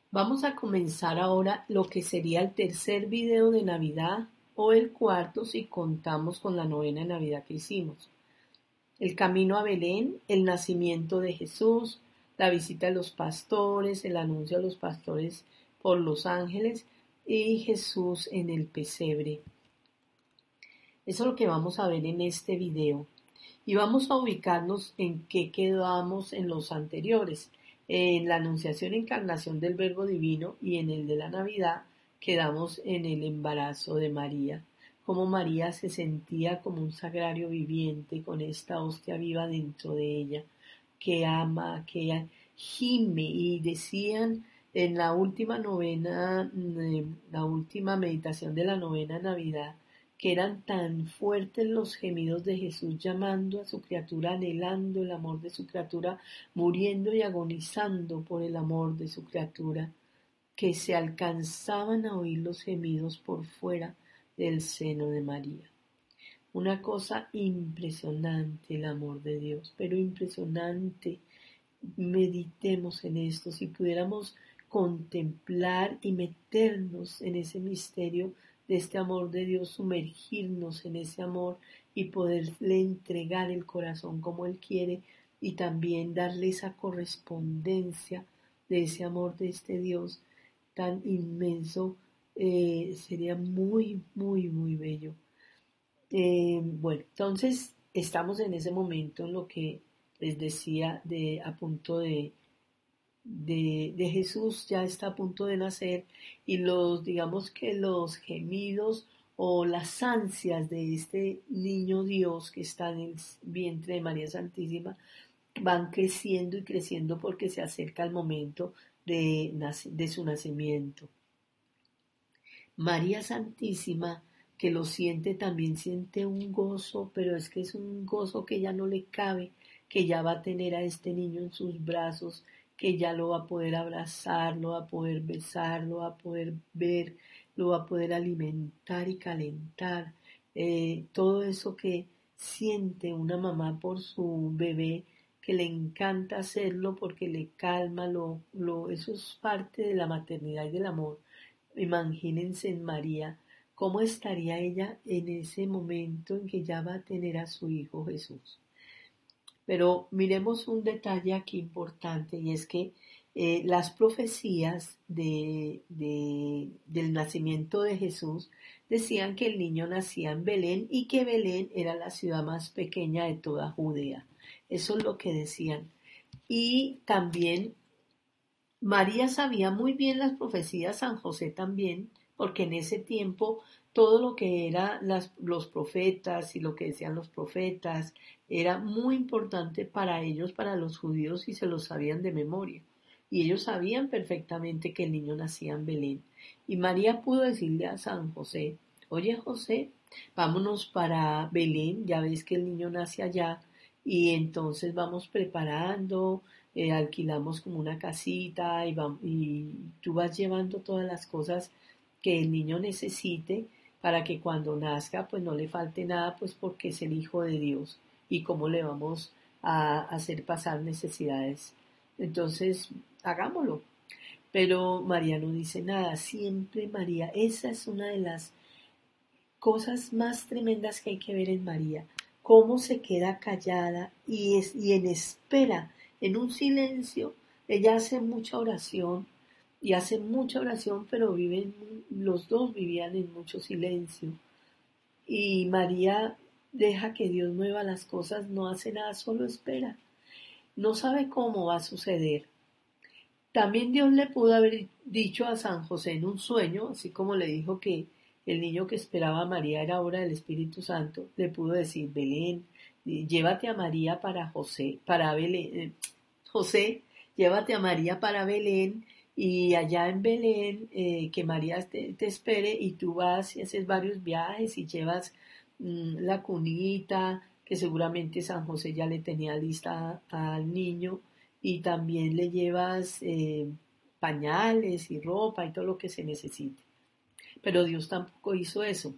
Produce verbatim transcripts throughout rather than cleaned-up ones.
Vamos a comenzar ahora lo que sería el tercer video de Navidad o el cuarto si contamos con la novena de Navidad que hicimos. El camino a Belén, el nacimiento de Jesús, la visita de los pastores, el anuncio a los pastores por los ángeles y Jesús en el pesebre. Eso es lo que vamos a ver en este video. Y vamos a ubicarnos en qué quedamos en los anteriores. En la anunciación e encarnación del Verbo Divino y en el de la Navidad quedamos en el embarazo de María. Cómo María se sentía como un sagrario viviente con esta hostia viva dentro de ella, que ama, que gime. Y decían en la última novena, la última meditación de la novena Navidad, que eran tan fuertes los gemidos de Jesús llamando a su criatura, anhelando el amor de su criatura, muriendo y agonizando por el amor de su criatura, que se alcanzaban a oír los gemidos por fuera del seno de María. Una cosa impresionante el amor de Dios, pero impresionante. Meditemos en esto, si pudiéramos contemplar y meternos en ese misterio de este amor de Dios, sumergirnos en ese amor y poderle entregar el corazón como Él quiere y también darle esa correspondencia de ese amor de este Dios tan inmenso, eh, sería muy, muy, muy bello. Eh, bueno, entonces estamos en ese momento en lo que les decía de a punto de De, de Jesús ya está a punto de nacer y los, digamos que los gemidos o las ansias de este niño Dios que está en el vientre de María Santísima van creciendo y creciendo porque se acerca el momento de, de su nacimiento. María Santísima, que lo siente, también siente un gozo, pero es que es un gozo que ya no le cabe, que ya va a tener a este niño en sus brazos, que ya lo va a poder abrazar, lo va a poder besar, lo va a poder ver, lo va a poder alimentar y calentar. Eh, todo eso que siente una mamá por su bebé, que le encanta hacerlo porque le calma, lo, lo, eso es parte de la maternidad y del amor. Imagínense en María, cómo estaría ella en ese momento en que ya va a tener a su hijo Jesús. Pero miremos un detalle aquí importante y es que eh, las profecías de, de, del nacimiento de Jesús decían que el niño nacía en Belén y que Belén era la ciudad más pequeña de toda Judea. Eso es lo que decían. Y también María sabía muy bien las profecías, San José también, porque en ese tiempo todo lo que eran los profetas y lo que decían los profetas era muy importante para ellos, para los judíos, y se lo sabían de memoria. Y ellos sabían perfectamente que el niño nacía en Belén. Y María pudo decirle a San José, oye José, vámonos para Belén, ya ves que el niño nace allá, y entonces vamos preparando, eh, alquilamos como una casita y, va, y tú vas llevando todas las cosas que el niño necesite para que cuando nazca pues no le falte nada, pues porque es el Hijo de Dios y cómo le vamos a hacer pasar necesidades. Entonces, hagámoslo. Pero María no dice nada, siempre María, esa es una de las cosas más tremendas que hay que ver en María, cómo se queda callada y, es, y en espera, en un silencio. Ella hace mucha oración y hace mucha oración, pero viven, los dos vivían en mucho silencio. Y María deja que Dios mueva las cosas, no hace nada, solo espera. No sabe cómo va a suceder. También Dios le pudo haber dicho a San José en un sueño, así como le dijo que el niño que esperaba a María era obra del Espíritu Santo, le pudo decir, Belén, llévate a María para José, para Belén, José, llévate a María para Belén y allá en Belén eh, que María te, te espere y tú vas y haces varios viajes y llevas mmm, la cunita que seguramente San José ya le tenía lista al niño y también le llevas eh, pañales y ropa y todo lo que se necesite. Pero Dios tampoco hizo eso.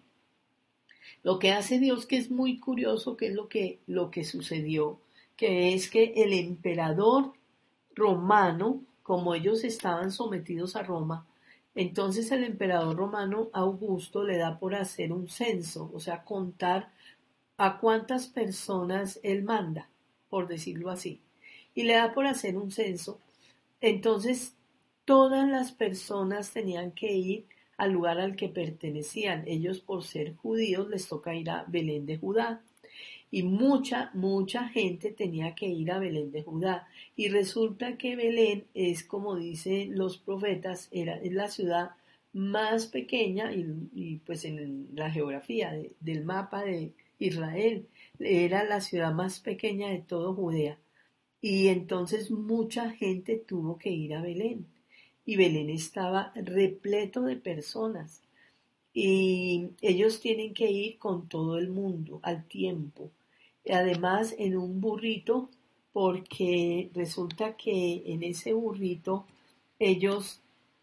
Lo que hace Dios, que es muy curioso, que es lo que, lo que sucedió, que es que el emperador romano, como ellos estaban sometidos a Roma, entonces el emperador romano Augusto le da por hacer un censo, o sea, contar a cuántas personas él manda, por decirlo así. Y le da por hacer un censo. Entonces, todas las personas tenían que ir al lugar al que pertenecían. Ellos, por ser judíos, les toca ir a Belén de Judá. Y mucha, mucha gente tenía que ir a Belén de Judá. Y resulta que Belén es, como dicen los profetas, era, es la ciudad más pequeña y, y pues en la geografía de, del mapa de Israel, era la ciudad más pequeña de todo Judea. Y entonces mucha gente tuvo que ir a Belén. Y Belén estaba repleto de personas. Y ellos tienen que ir con todo el mundo al tiempo. Además en un burrito, porque resulta que en ese burrito ellos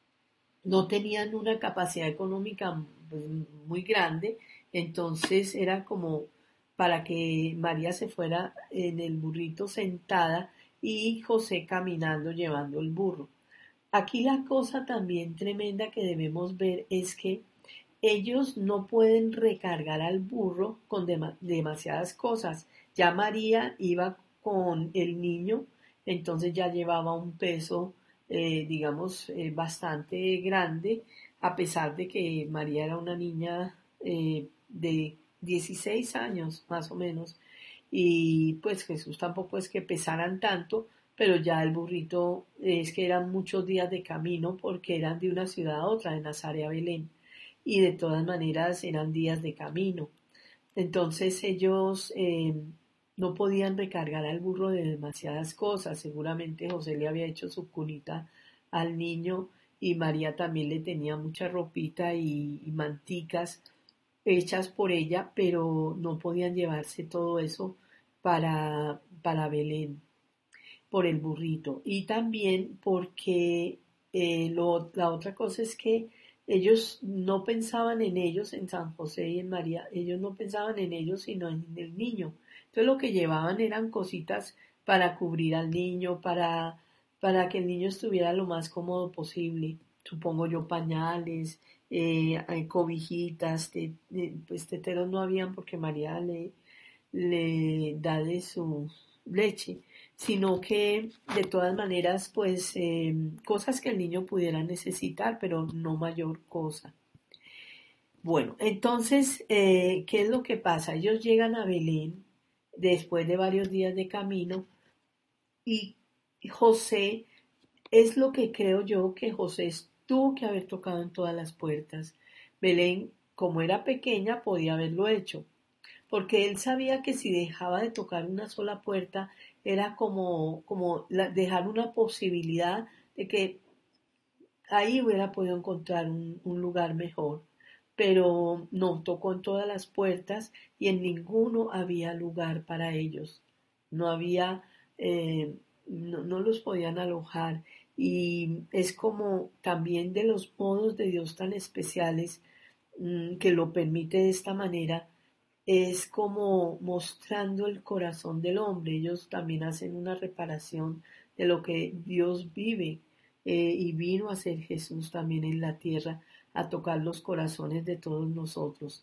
no tenían una capacidad económica pues, muy grande, entonces era como para que María se fuera en el burrito sentada y José caminando llevando el burro. Aquí la cosa también tremenda que debemos ver es que ellos no pueden recargar al burro con dema- demasiadas cosas. Ya María iba con el niño, entonces ya llevaba un peso, eh, digamos, eh, bastante grande, a pesar de que María era una niña eh, de dieciséis años más o menos. Y pues Jesús tampoco es que pesaran tanto, pero ya el burrito es que eran muchos días de camino porque eran de una ciudad a otra, de Nazaret a Belén y de todas maneras eran días de camino. Entonces ellos eh, no podían recargar al burro de demasiadas cosas. Seguramente José le había hecho su cunita al niño y María también le tenía mucha ropita y, y manticas hechas por ella, pero no podían llevarse todo eso para, para Belén por el burrito y también porque eh, lo, la otra cosa es que ellos no pensaban en ellos, en San José y en María, ellos no pensaban en ellos sino en el niño. Entonces lo que llevaban eran cositas para cubrir al niño, para, para que el niño estuviera lo más cómodo posible. Supongo yo pañales, eh, cobijitas, te, eh, pues teteros no habían porque María le, le da de su leche, sino que de todas maneras, pues eh, cosas que el niño pudiera necesitar, pero no mayor cosa. Bueno, entonces, eh, ¿qué es lo que pasa? Ellos llegan a Belén después de varios días de camino y José, es lo que creo yo que José tuvo que haber tocado en todas las puertas. Belén, como era pequeña, podía haberlo hecho, porque él sabía que si dejaba de tocar una sola puerta era como, como la, dejar una posibilidad de que ahí hubiera podido encontrar un, un lugar mejor, pero no, tocó en todas las puertas y en ninguno había lugar para ellos, no había, eh, no, no los podían alojar y es como también de los modos de Dios tan especiales mmm, que lo permite de esta manera es como mostrando el corazón del hombre. Ellos también hacen una reparación de lo que Dios vive eh, y vino a ser Jesús también en la tierra, a tocar los corazones de todos nosotros.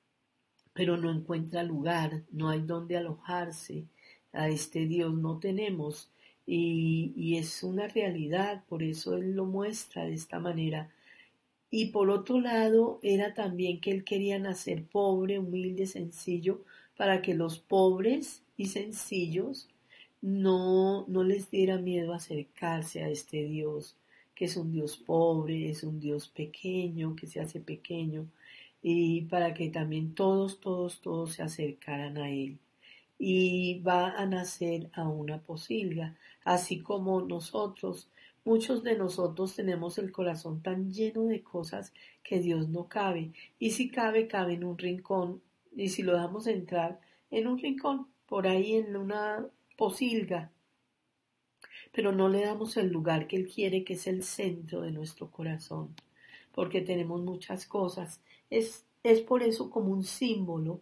Pero no encuentra lugar, no hay donde alojarse. A este Dios no tenemos y, y es una realidad, por eso Él lo muestra de esta manera. Y por otro lado, era también que él quería nacer pobre, humilde, sencillo, para que los pobres y sencillos no, no les diera miedo acercarse a este Dios, que es un Dios pobre, es un Dios pequeño, que se hace pequeño, y para que también todos, todos, todos se acercaran a Él. Y va a nacer a una posilga, así como nosotros. Muchos de nosotros tenemos el corazón tan lleno de cosas que Dios no cabe. Y si cabe, cabe en un rincón. Y si lo dejamos entrar, en un rincón, por ahí en una posilga. Pero no le damos el lugar que Él quiere, que es el centro de nuestro corazón. Porque tenemos muchas cosas. Es, es por eso como un símbolo.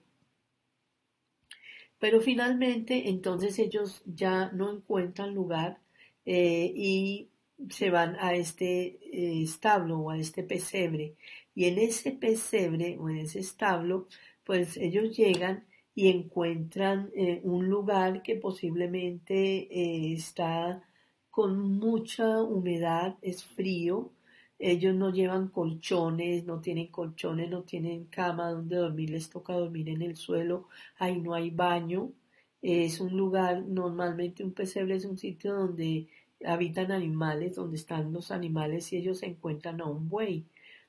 Pero finalmente, entonces ellos ya no encuentran lugar eh, y se van a este eh, establo o a este pesebre. Y en ese pesebre o en ese establo, pues ellos llegan y encuentran eh, un lugar que posiblemente eh, está con mucha humedad, es frío. Ellos no llevan colchones, no tienen colchones, no tienen cama donde dormir, les toca dormir en el suelo, ahí no hay baño. Es un lugar, normalmente un pesebre es un sitio donde habitan animales, donde están los animales y ellos se encuentran a un buey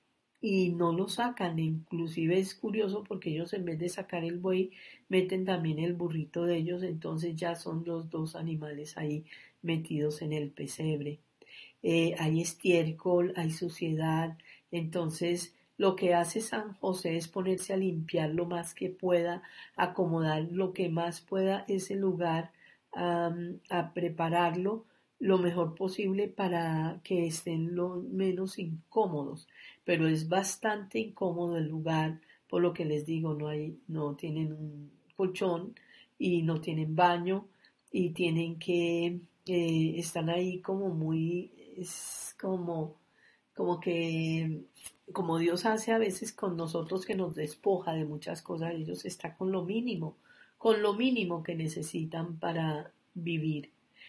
y no lo sacan. Inclusive es curioso porque ellos en vez de sacar el buey meten también el burrito de ellos, entonces ya son los dos animales ahí metidos en el pesebre. Eh, hay estiércol, hay suciedad, entonces lo que hace San José es ponerse a limpiar lo más que pueda, acomodar lo que más pueda ese lugar, um, a prepararlo lo mejor posible para que estén lo menos incómodos, pero es bastante incómodo el lugar, por lo que les digo, no hay, no tienen un colchón y no tienen baño y tienen que, eh, están ahí como muy, es como, como que, como Dios hace a veces con nosotros que nos despoja de muchas cosas, ellos están con lo mínimo, con lo mínimo que necesitan para vivir.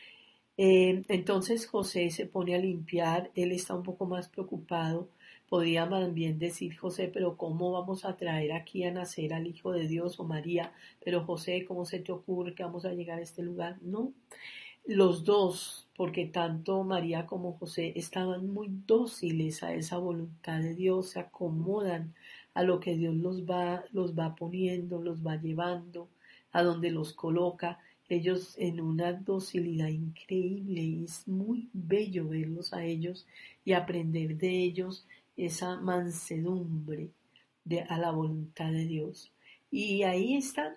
Eh, entonces José se pone a limpiar, él está un poco más preocupado, podría más bien decir José, pero ¿cómo vamos a traer aquí a nacer al Hijo de Dios o María? Pero José, ¿cómo se te ocurre que vamos a llegar a este lugar? No, los dos, porque tanto María como José estaban muy dóciles a esa voluntad de Dios, se acomodan a lo que Dios los va, los va poniendo, los va llevando, a donde los coloca, ellos en una docilidad increíble y es muy bello verlos a ellos y aprender de ellos esa mansedumbre de, a la voluntad de Dios. Y ahí están,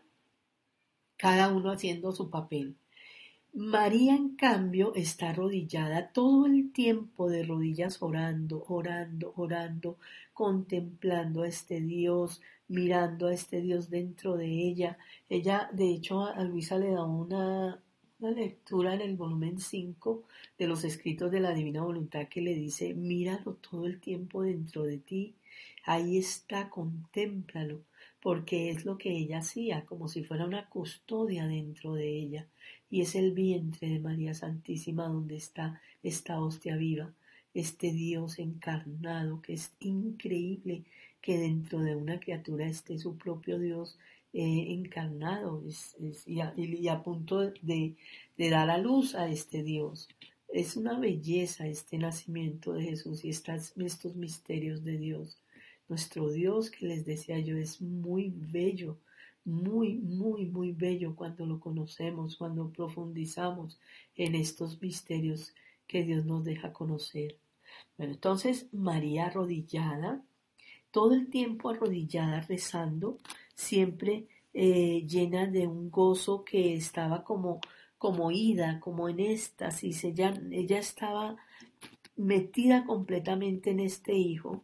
cada uno haciendo su papel. María, en cambio, está arrodillada todo el tiempo de rodillas orando, orando, orando, contemplando a este Dios, mirando a este Dios dentro de ella. Ella, de hecho, a Luisa le da una, una lectura en el volumen cinco de los escritos de la Divina Voluntad que le dice, míralo todo el tiempo dentro de ti, ahí está, contémplalo, porque es lo que ella hacía, como si fuera una custodia dentro de ella y es el vientre de María Santísima donde está esta hostia viva, este Dios encarnado, que es increíble que dentro de una criatura esté su propio Dios eh, encarnado es, es, y, a, y, a, punto de, de dar a luz a este Dios. Es una belleza este nacimiento de Jesús y estas, estos misterios de Dios. Nuestro Dios, que les decía yo, es muy bello, muy, muy, muy bello cuando lo conocemos, cuando profundizamos en estos misterios que Dios nos deja conocer. Bueno, entonces María arrodillada, todo el tiempo arrodillada rezando, siempre eh, llena de un gozo que estaba como, como ida, como en éxtasis. Ella, ella estaba metida completamente en este hijo.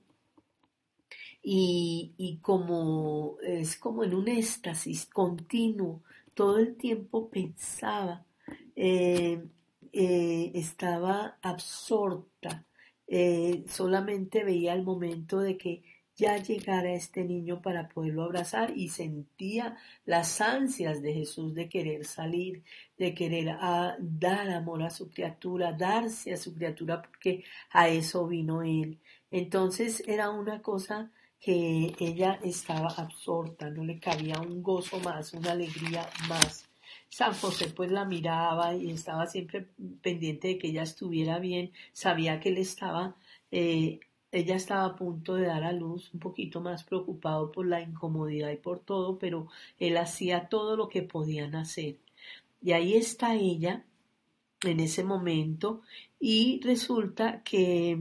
Y, y como es como en un éxtasis continuo, todo el tiempo pensaba, eh, eh, estaba absorta, eh, solamente veía el momento de que ya llegara este niño para poderlo abrazar y sentía las ansias de Jesús de querer salir, de querer a, dar amor a su criatura, darse a su criatura porque a eso vino él. Entonces era una cosa que ella estaba absorta, no le cabía un gozo más, una alegría más. San José pues la miraba y estaba siempre pendiente de que ella estuviera bien, sabía que él estaba, eh, ella estaba a punto de dar a luz, un poquito más preocupado por la incomodidad y por todo, pero él hacía todo lo que podían hacer. Y ahí está ella en ese momento y resulta que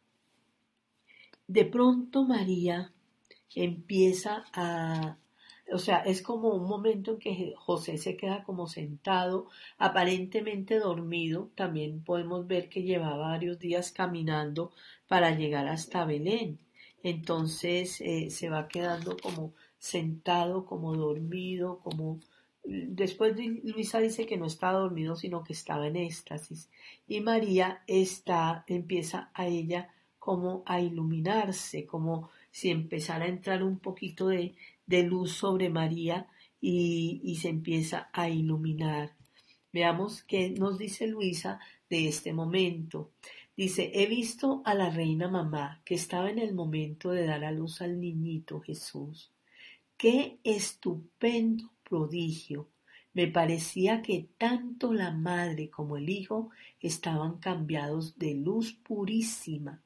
de pronto María empieza a, o sea, es como un momento en que José se queda como sentado, aparentemente dormido. También podemos ver que lleva varios días caminando para llegar hasta Belén. Entonces eh, se va quedando como sentado, como dormido, como Después Luisa dice que no estaba dormido, sino que estaba en éxtasis. Y María está, empieza a ella como a iluminarse, como si empezara a entrar un poquito de, de luz sobre María y, y se empieza a iluminar. Veamos qué nos dice Luisa de este momento. Dice, he visto a la reina mamá que estaba en el momento de dar a luz al niñito Jesús. ¡Qué estupendo prodigio! Me parecía que tanto la madre como el hijo estaban cambiados de luz purísima.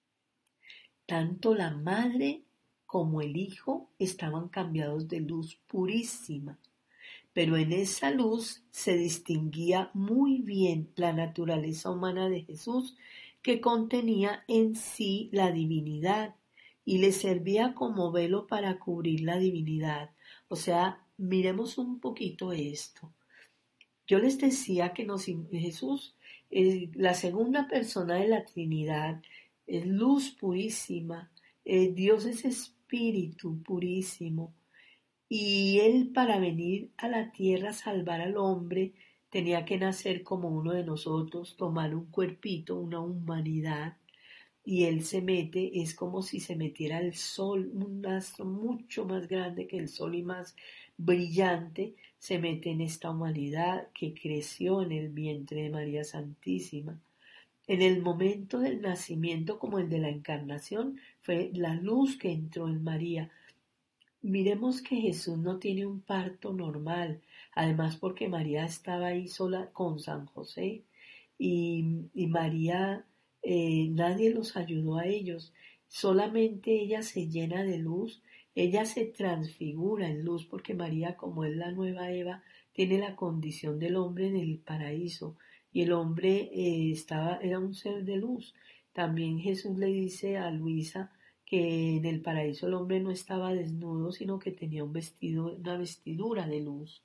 Tanto la madre como el hijo estaban cambiados de luz purísima. Pero en esa luz se distinguía muy bien la naturaleza humana de Jesús, que contenía en sí la divinidad y le servía como velo para cubrir la divinidad. O sea, miremos un poquito esto. Yo les decía que nos, Jesús, eh, la segunda persona de la Trinidad, es luz purísima, eh, Dios es espíritu purísimo. Y él, para venir a la tierra a salvar al hombre, tenía que nacer como uno de nosotros, tomar un cuerpito, una humanidad. Y él se mete, es como si se metiera el sol, un astro mucho más grande que el sol y más brillante, se mete en esta humanidad que creció en el vientre de María Santísima. En el momento del nacimiento como el de la encarnación, fue la luz que entró en María. Miremos que Jesús no tiene un parto normal, además porque María estaba ahí sola con San José y, y María, eh, nadie los ayudó a ellos, solamente ella se llena de luz, ella se transfigura en luz porque María, como es la nueva Eva, tiene la condición del hombre en el paraíso y el hombre eh, estaba, era un ser de luz. También Jesús le dice a Luisa que en el paraíso el hombre no estaba desnudo, sino que tenía un vestido, una vestidura de luz.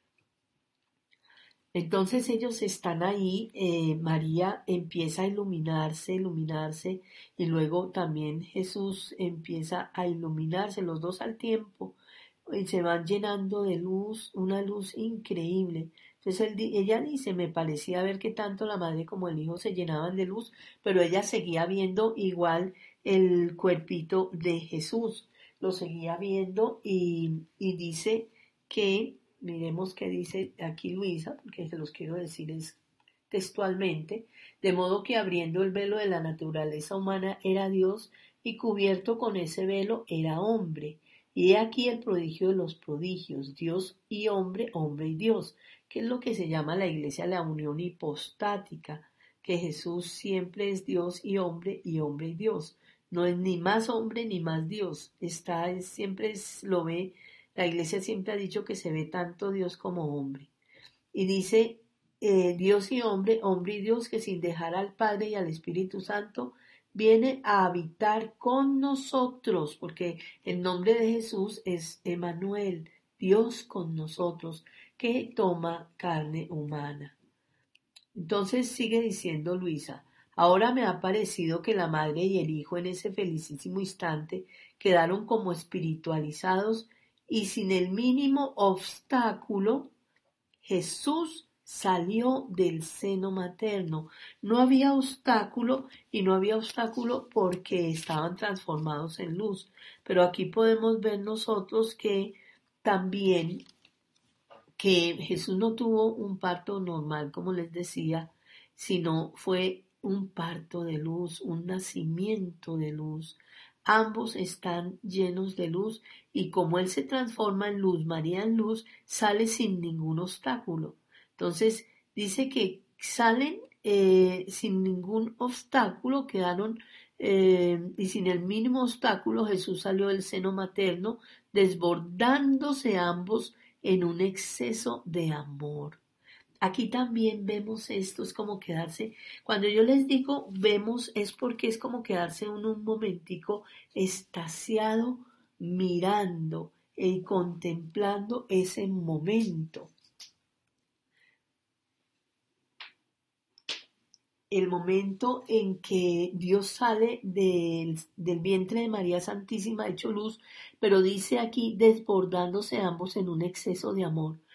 Entonces ellos están ahí, eh, María empieza a iluminarse, iluminarse, y luego también Jesús empieza a iluminarse, los dos al tiempo, y se van llenando de luz, una luz increíble. Entonces él, ella dice, me parecía ver que tanto la madre como el hijo se llenaban de luz, pero ella seguía viendo igual el cuerpito de Jesús, lo seguía viendo y, y dice que, miremos qué dice aquí Luisa, porque se los quiero decir es textualmente, de modo que abriendo el velo de la naturaleza humana era Dios y cubierto con ese velo era hombre. Y he aquí el prodigio de los prodigios, Dios y hombre, hombre y Dios, que es lo que se llama la iglesia la unión hipostática, que Jesús siempre es Dios y hombre y hombre y Dios. No es ni más hombre ni más Dios, está, es, siempre es, lo ve, la iglesia siempre ha dicho que se ve tanto Dios como hombre. Y dice, eh, Dios y hombre, hombre y Dios, que sin dejar al Padre y al Espíritu Santo, viene a habitar con nosotros, porque el nombre de Jesús es Emmanuel, Dios con nosotros, que toma carne humana. Entonces sigue diciendo Luisa, ahora me ha parecido que la madre y el hijo en ese felicísimo instante quedaron como espiritualizados y sin el mínimo obstáculo Jesús salió del seno materno. No había obstáculo y no había obstáculo porque estaban transformados en luz. Pero aquí podemos ver nosotros que también que Jesús no tuvo un parto normal, como les decía, sino fue un parto de luz, un nacimiento de luz. Ambos están llenos de luz y como Él se transforma en luz, María en luz, sale sin ningún obstáculo. Entonces dice que salen eh, sin ningún obstáculo, quedaron eh, y sin el mínimo obstáculo Jesús salió del seno materno, desbordándose ambos en un exceso de amor. Aquí también vemos esto, es como quedarse, cuando yo les digo vemos es porque es como quedarse en un momentico extasiado mirando y contemplando ese momento. El momento en que Dios sale del, del vientre de María Santísima hecho luz, pero dice aquí desbordándose ambos en un exceso de amor.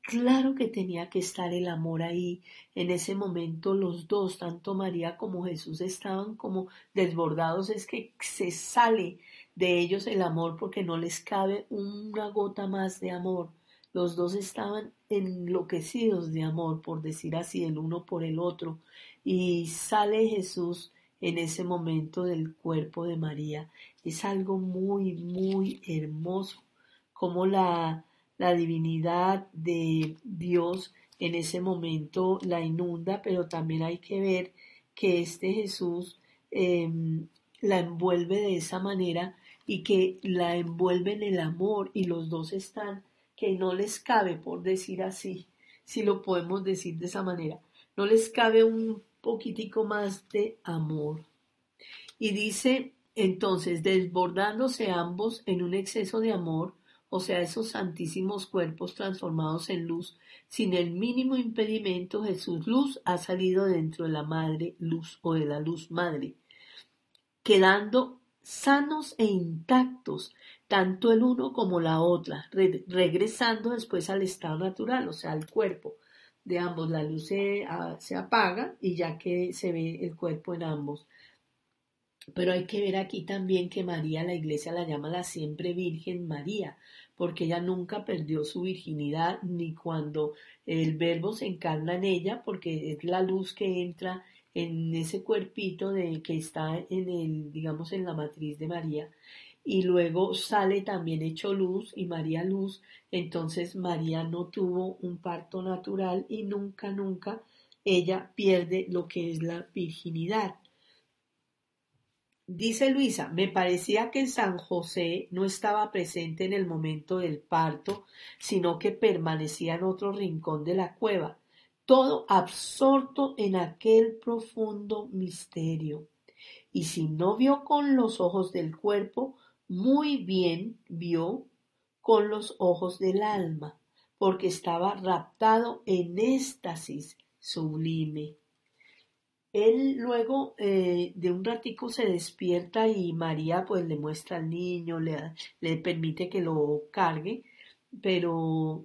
Claro que tenía que estar el amor ahí. En ese momento los dos, tanto María como Jesús, estaban como desbordados. Es que se sale de ellos el amor porque no les cabe una gota más de amor. Los dos estaban enloquecidos de amor, por decir así, el uno por el otro. Y sale Jesús en ese momento del cuerpo de María. Es algo muy, muy hermoso, como la la divinidad de Dios en ese momento la inunda, pero también hay que ver que este Jesús eh, la envuelve de esa manera y que la envuelve en el amor y los dos están que no les cabe, por decir así, si lo podemos decir de esa manera, no les cabe un poquitico más de amor. Y dice entonces, desbordándose ambos en un exceso de amor, o sea, esos santísimos cuerpos transformados en luz, sin el mínimo impedimento, Jesús luz ha salido dentro de la madre luz o de la luz madre, quedando sanos e intactos, tanto el uno como la otra, re regresando después al estado natural, o sea, al cuerpo de ambos. La luz se, a, se apaga y ya que se ve el cuerpo en ambos. Pero hay que ver aquí también que María, la iglesia la llama la siempre Virgen María, porque ella nunca perdió su virginidad ni cuando el verbo se encarna en ella, porque es la luz que entra en ese cuerpito de que está en el, digamos, en la matriz de María, y luego sale también hecho luz y María luz. Entonces María no tuvo un parto natural y nunca, nunca ella pierde lo que es la virginidad. Dice Luisa, me parecía que San José no estaba presente en el momento del parto, sino que permanecía en otro rincón de la cueva, todo absorto en aquel profundo misterio. Y si no vio con los ojos del cuerpo, muy bien vio con los ojos del alma, porque estaba raptado en éxtasis sublime. Él luego eh, de un ratico se despierta y María pues le muestra al niño, le, le permite que lo cargue, pero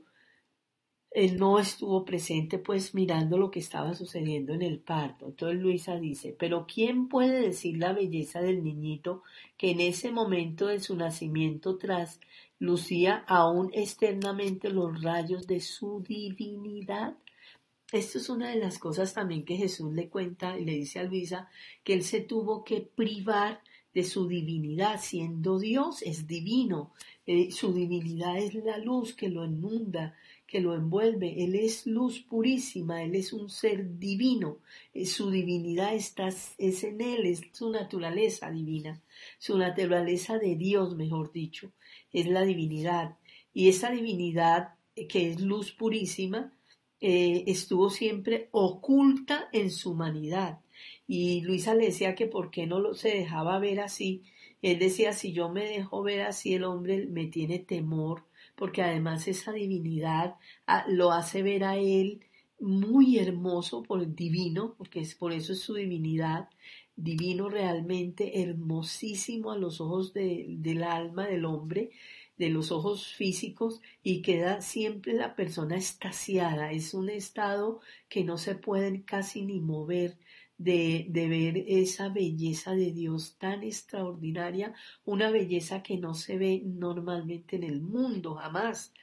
él no estuvo presente pues mirando lo que estaba sucediendo en el parto. Entonces Luisa dice, pero ¿quién puede decir la belleza del niñito que en ese momento de su nacimiento traslucía aún externamente los rayos de su divinidad? Esto es una de las cosas también que Jesús le cuenta y le dice a Luisa, que él se tuvo que privar de su divinidad. Siendo Dios, es divino. Eh, su divinidad es la luz que lo inunda, que lo envuelve. Él es luz purísima, Él es un ser divino. Eh, su divinidad está, es en Él, es su naturaleza divina. Su naturaleza de Dios, mejor dicho, es la divinidad. Y esa divinidad, eh, que es luz purísima, Eh, estuvo siempre oculta en su humanidad. Y Luisa le decía que por qué no lo, se dejaba ver así. Él decía, si yo me dejo ver así, el hombre me tiene temor, porque además esa divinidad ah, lo hace ver a él muy hermoso, por el divino, porque es, por eso es su divinidad, divino realmente, hermosísimo a los ojos de, del alma del hombre, de los ojos físicos, y queda siempre la persona extasiada. Es un estado que no se pueden casi ni mover de, de ver esa belleza de Dios tan extraordinaria, una belleza que no se ve normalmente en el mundo, jamás,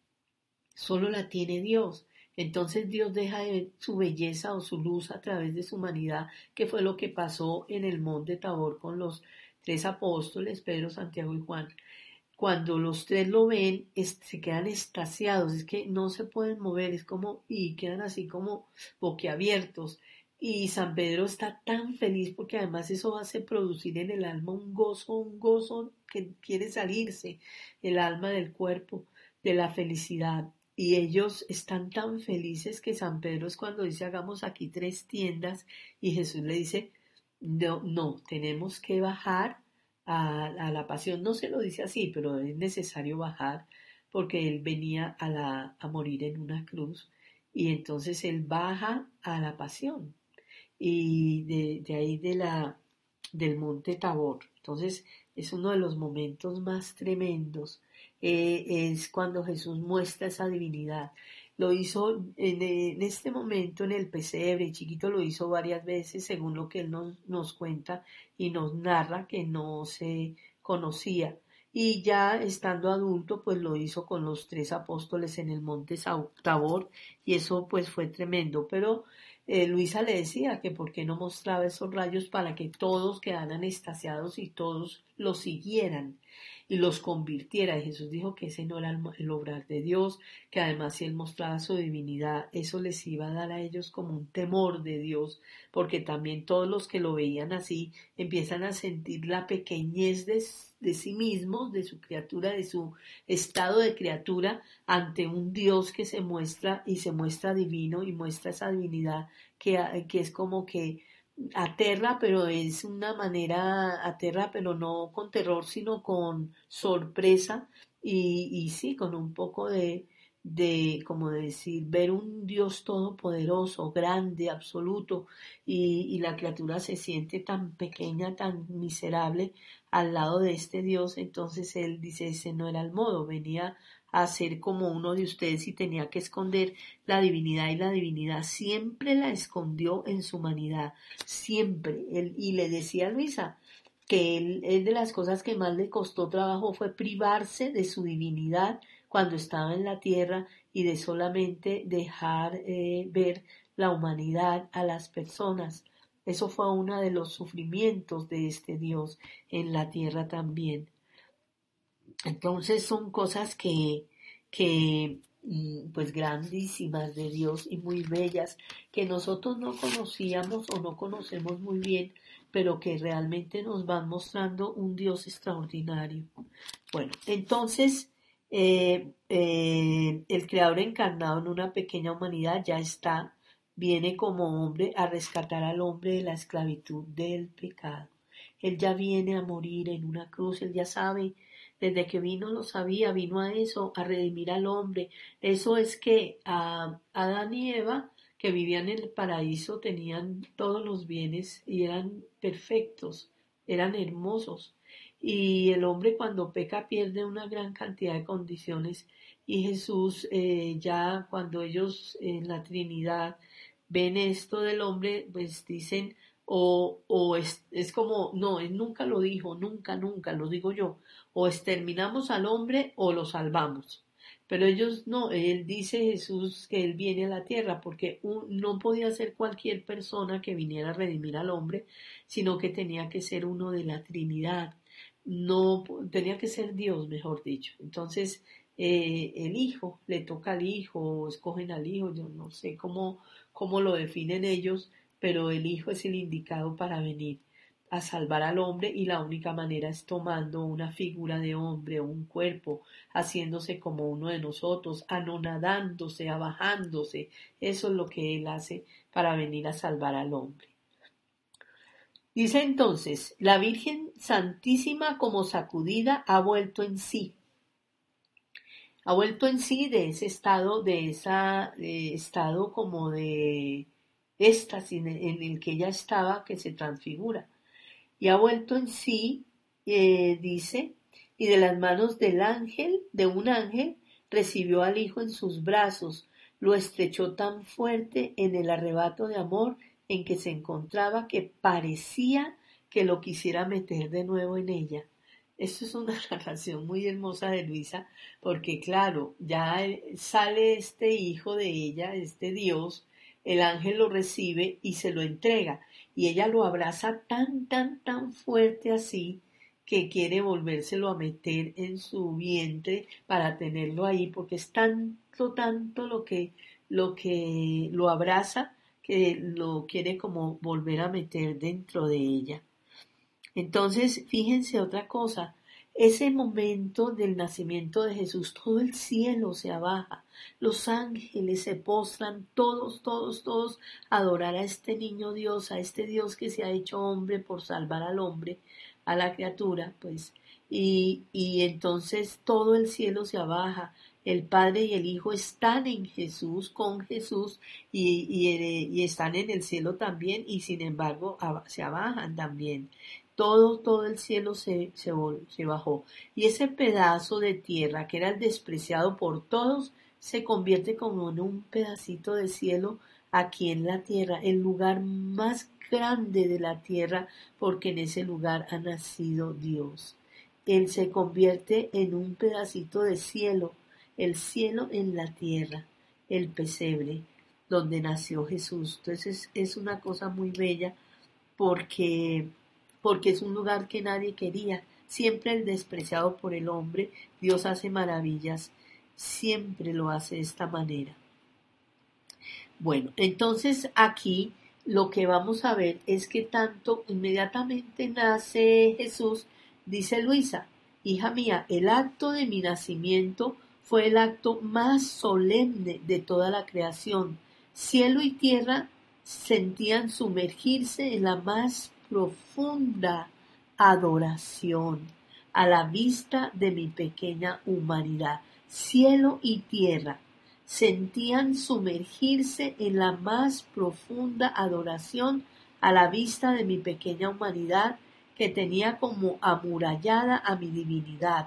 solo la tiene Dios. Entonces Dios deja de ver su belleza o su luz a través de su humanidad, que fue lo que pasó en el monte Tabor con los tres apóstoles, Pedro, Santiago y Juan. Cuando los tres lo ven, es, se quedan extasiados, es que no se pueden mover, es como, y quedan así como boquiabiertos. Y San Pedro está tan feliz porque además eso hace producir en el alma un gozo, un gozo que quiere salirse, el alma del cuerpo, de la felicidad. Y ellos están tan felices que San Pedro es cuando dice, hagamos aquí tres tiendas, y Jesús le dice, no, no, tenemos que bajar a, a la pasión. No se lo dice así, pero es necesario bajar porque él venía a, la, a morir en una cruz, y entonces él baja a la pasión y de, de ahí de la, del monte Tabor. Entonces es uno de los momentos más tremendos, eh, es cuando Jesús muestra esa divinidad. Lo hizo en, en este momento en el pesebre, y Chiquito lo hizo varias veces, según lo que él nos, nos cuenta y nos narra, que no se conocía. Y ya estando adulto, pues lo hizo con los tres apóstoles en el monte Tabor, y eso pues fue tremendo. Pero eh, Luisa le decía que por qué no mostraba esos rayos para que todos quedaran extasiados y todos lo siguieran y los convirtiera. Y Jesús dijo que ese no era el, el obrar de Dios, que además si él mostraba su divinidad, eso les iba a dar a ellos como un temor de Dios, porque también todos los que lo veían así empiezan a sentir la pequeñez de, de sí mismos, de su criatura, de su estado de criatura, ante un Dios que se muestra y se muestra divino y muestra esa divinidad que, que es como que aterra, pero es una manera, aterra, pero no con terror, sino con sorpresa y, y sí, con un poco de, de, como decir, ver un Dios todopoderoso, grande, absoluto, y, y la criatura se siente tan pequeña, tan miserable al lado de este Dios. Entonces él dice, ese no era el modo, venía a ser como uno de ustedes y tenía que esconder la divinidad, y la divinidad siempre la escondió en su humanidad, siempre. Él, y le decía a Luisa que él, él de las cosas que más le costó trabajo fue privarse de su divinidad cuando estaba en la tierra y de solamente dejar eh, ver la humanidad a las personas. Eso fue uno de los sufrimientos de este Dios en la tierra también. Entonces son cosas que, que pues grandísimas de Dios y muy bellas, que nosotros no conocíamos o no conocemos muy bien, pero que realmente nos van mostrando un Dios extraordinario. Bueno, entonces eh, eh, el Creador encarnado en una pequeña humanidad ya está, viene como hombre a rescatar al hombre de la esclavitud del pecado. Él ya viene a morir en una cruz, él ya sabe. Desde que vino lo sabía, vino a eso, a redimir al hombre. Eso es que a Adán y Eva, que vivían en el paraíso, tenían todos los bienes y eran perfectos, eran hermosos. Y el hombre cuando peca pierde una gran cantidad de condiciones. Y Jesús, eh, ya cuando ellos en la Trinidad ven esto del hombre, pues dicen, o, o es, es como, no, él nunca lo dijo, nunca, nunca, lo digo yo, o exterminamos al hombre o lo salvamos. Pero ellos no, él dice Jesús que él viene a la tierra porque un, no podía ser cualquier persona que viniera a redimir al hombre, sino que tenía que ser uno de la Trinidad, no tenía que ser Dios, mejor dicho. Entonces, eh, el hijo, le toca al hijo, o escogen al hijo, yo no sé cómo, cómo lo definen ellos, pero el hijo es el indicado para venir a salvar al hombre, y la única manera es tomando una figura de hombre, un cuerpo, haciéndose como uno de nosotros, anonadándose, abajándose. Eso es lo que él hace para venir a salvar al hombre. Dice entonces, la Virgen Santísima como sacudida ha vuelto en sí. Ha vuelto en sí de ese estado, de ese estado como de éxtasis en, en el que ella estaba, que se transfigura. Y ha vuelto en sí, eh, dice, y de las manos del ángel, de un ángel, recibió al hijo en sus brazos, lo estrechó tan fuerte en el arrebato de amor en que se encontraba que parecía que lo quisiera meter de nuevo en ella. Esto es una narración muy hermosa de Luisa, porque claro, ya sale este hijo de ella, este Dios, el ángel lo recibe y se lo entrega, y ella lo abraza tan, tan, tan fuerte así, que quiere volvérselo a meter en su vientre para tenerlo ahí, porque es tanto, tanto lo que, lo que lo abraza, que lo quiere como volver a meter dentro de ella. Entonces, fíjense otra cosa, ese momento del nacimiento de Jesús, todo el cielo se abaja, los ángeles se postran, todos, todos, todos a adorar a este niño Dios, a este Dios que se ha hecho hombre por salvar al hombre, a la criatura, pues, y, y entonces todo el cielo se abaja, el Padre y el Hijo están en Jesús, con Jesús, y, y, y están en el cielo también, y sin embargo se abajan también. Todo, todo el cielo se, se, se bajó. Y ese pedazo de tierra que era el despreciado por todos, se convierte como en un pedacito de cielo aquí en la tierra, el lugar más grande de la tierra, porque en ese lugar ha nacido Dios. Él se convierte en un pedacito de cielo, el cielo en la tierra, el pesebre donde nació Jesús. Entonces es, es una cosa muy bella porque, porque es un lugar que nadie quería, siempre el despreciado por el hombre. Dios hace maravillas, siempre lo hace de esta manera. Bueno, entonces aquí lo que vamos a ver es que tanto inmediatamente nace Jesús, dice Luisa, hija mía, el acto de mi nacimiento fue el acto más solemne de toda la creación. Cielo y tierra sentían sumergirse en la más profunda adoración a la vista de mi pequeña humanidad. Cielo y tierra sentían sumergirse en la más profunda adoración a la vista de mi pequeña humanidad que tenía como amurallada a mi divinidad.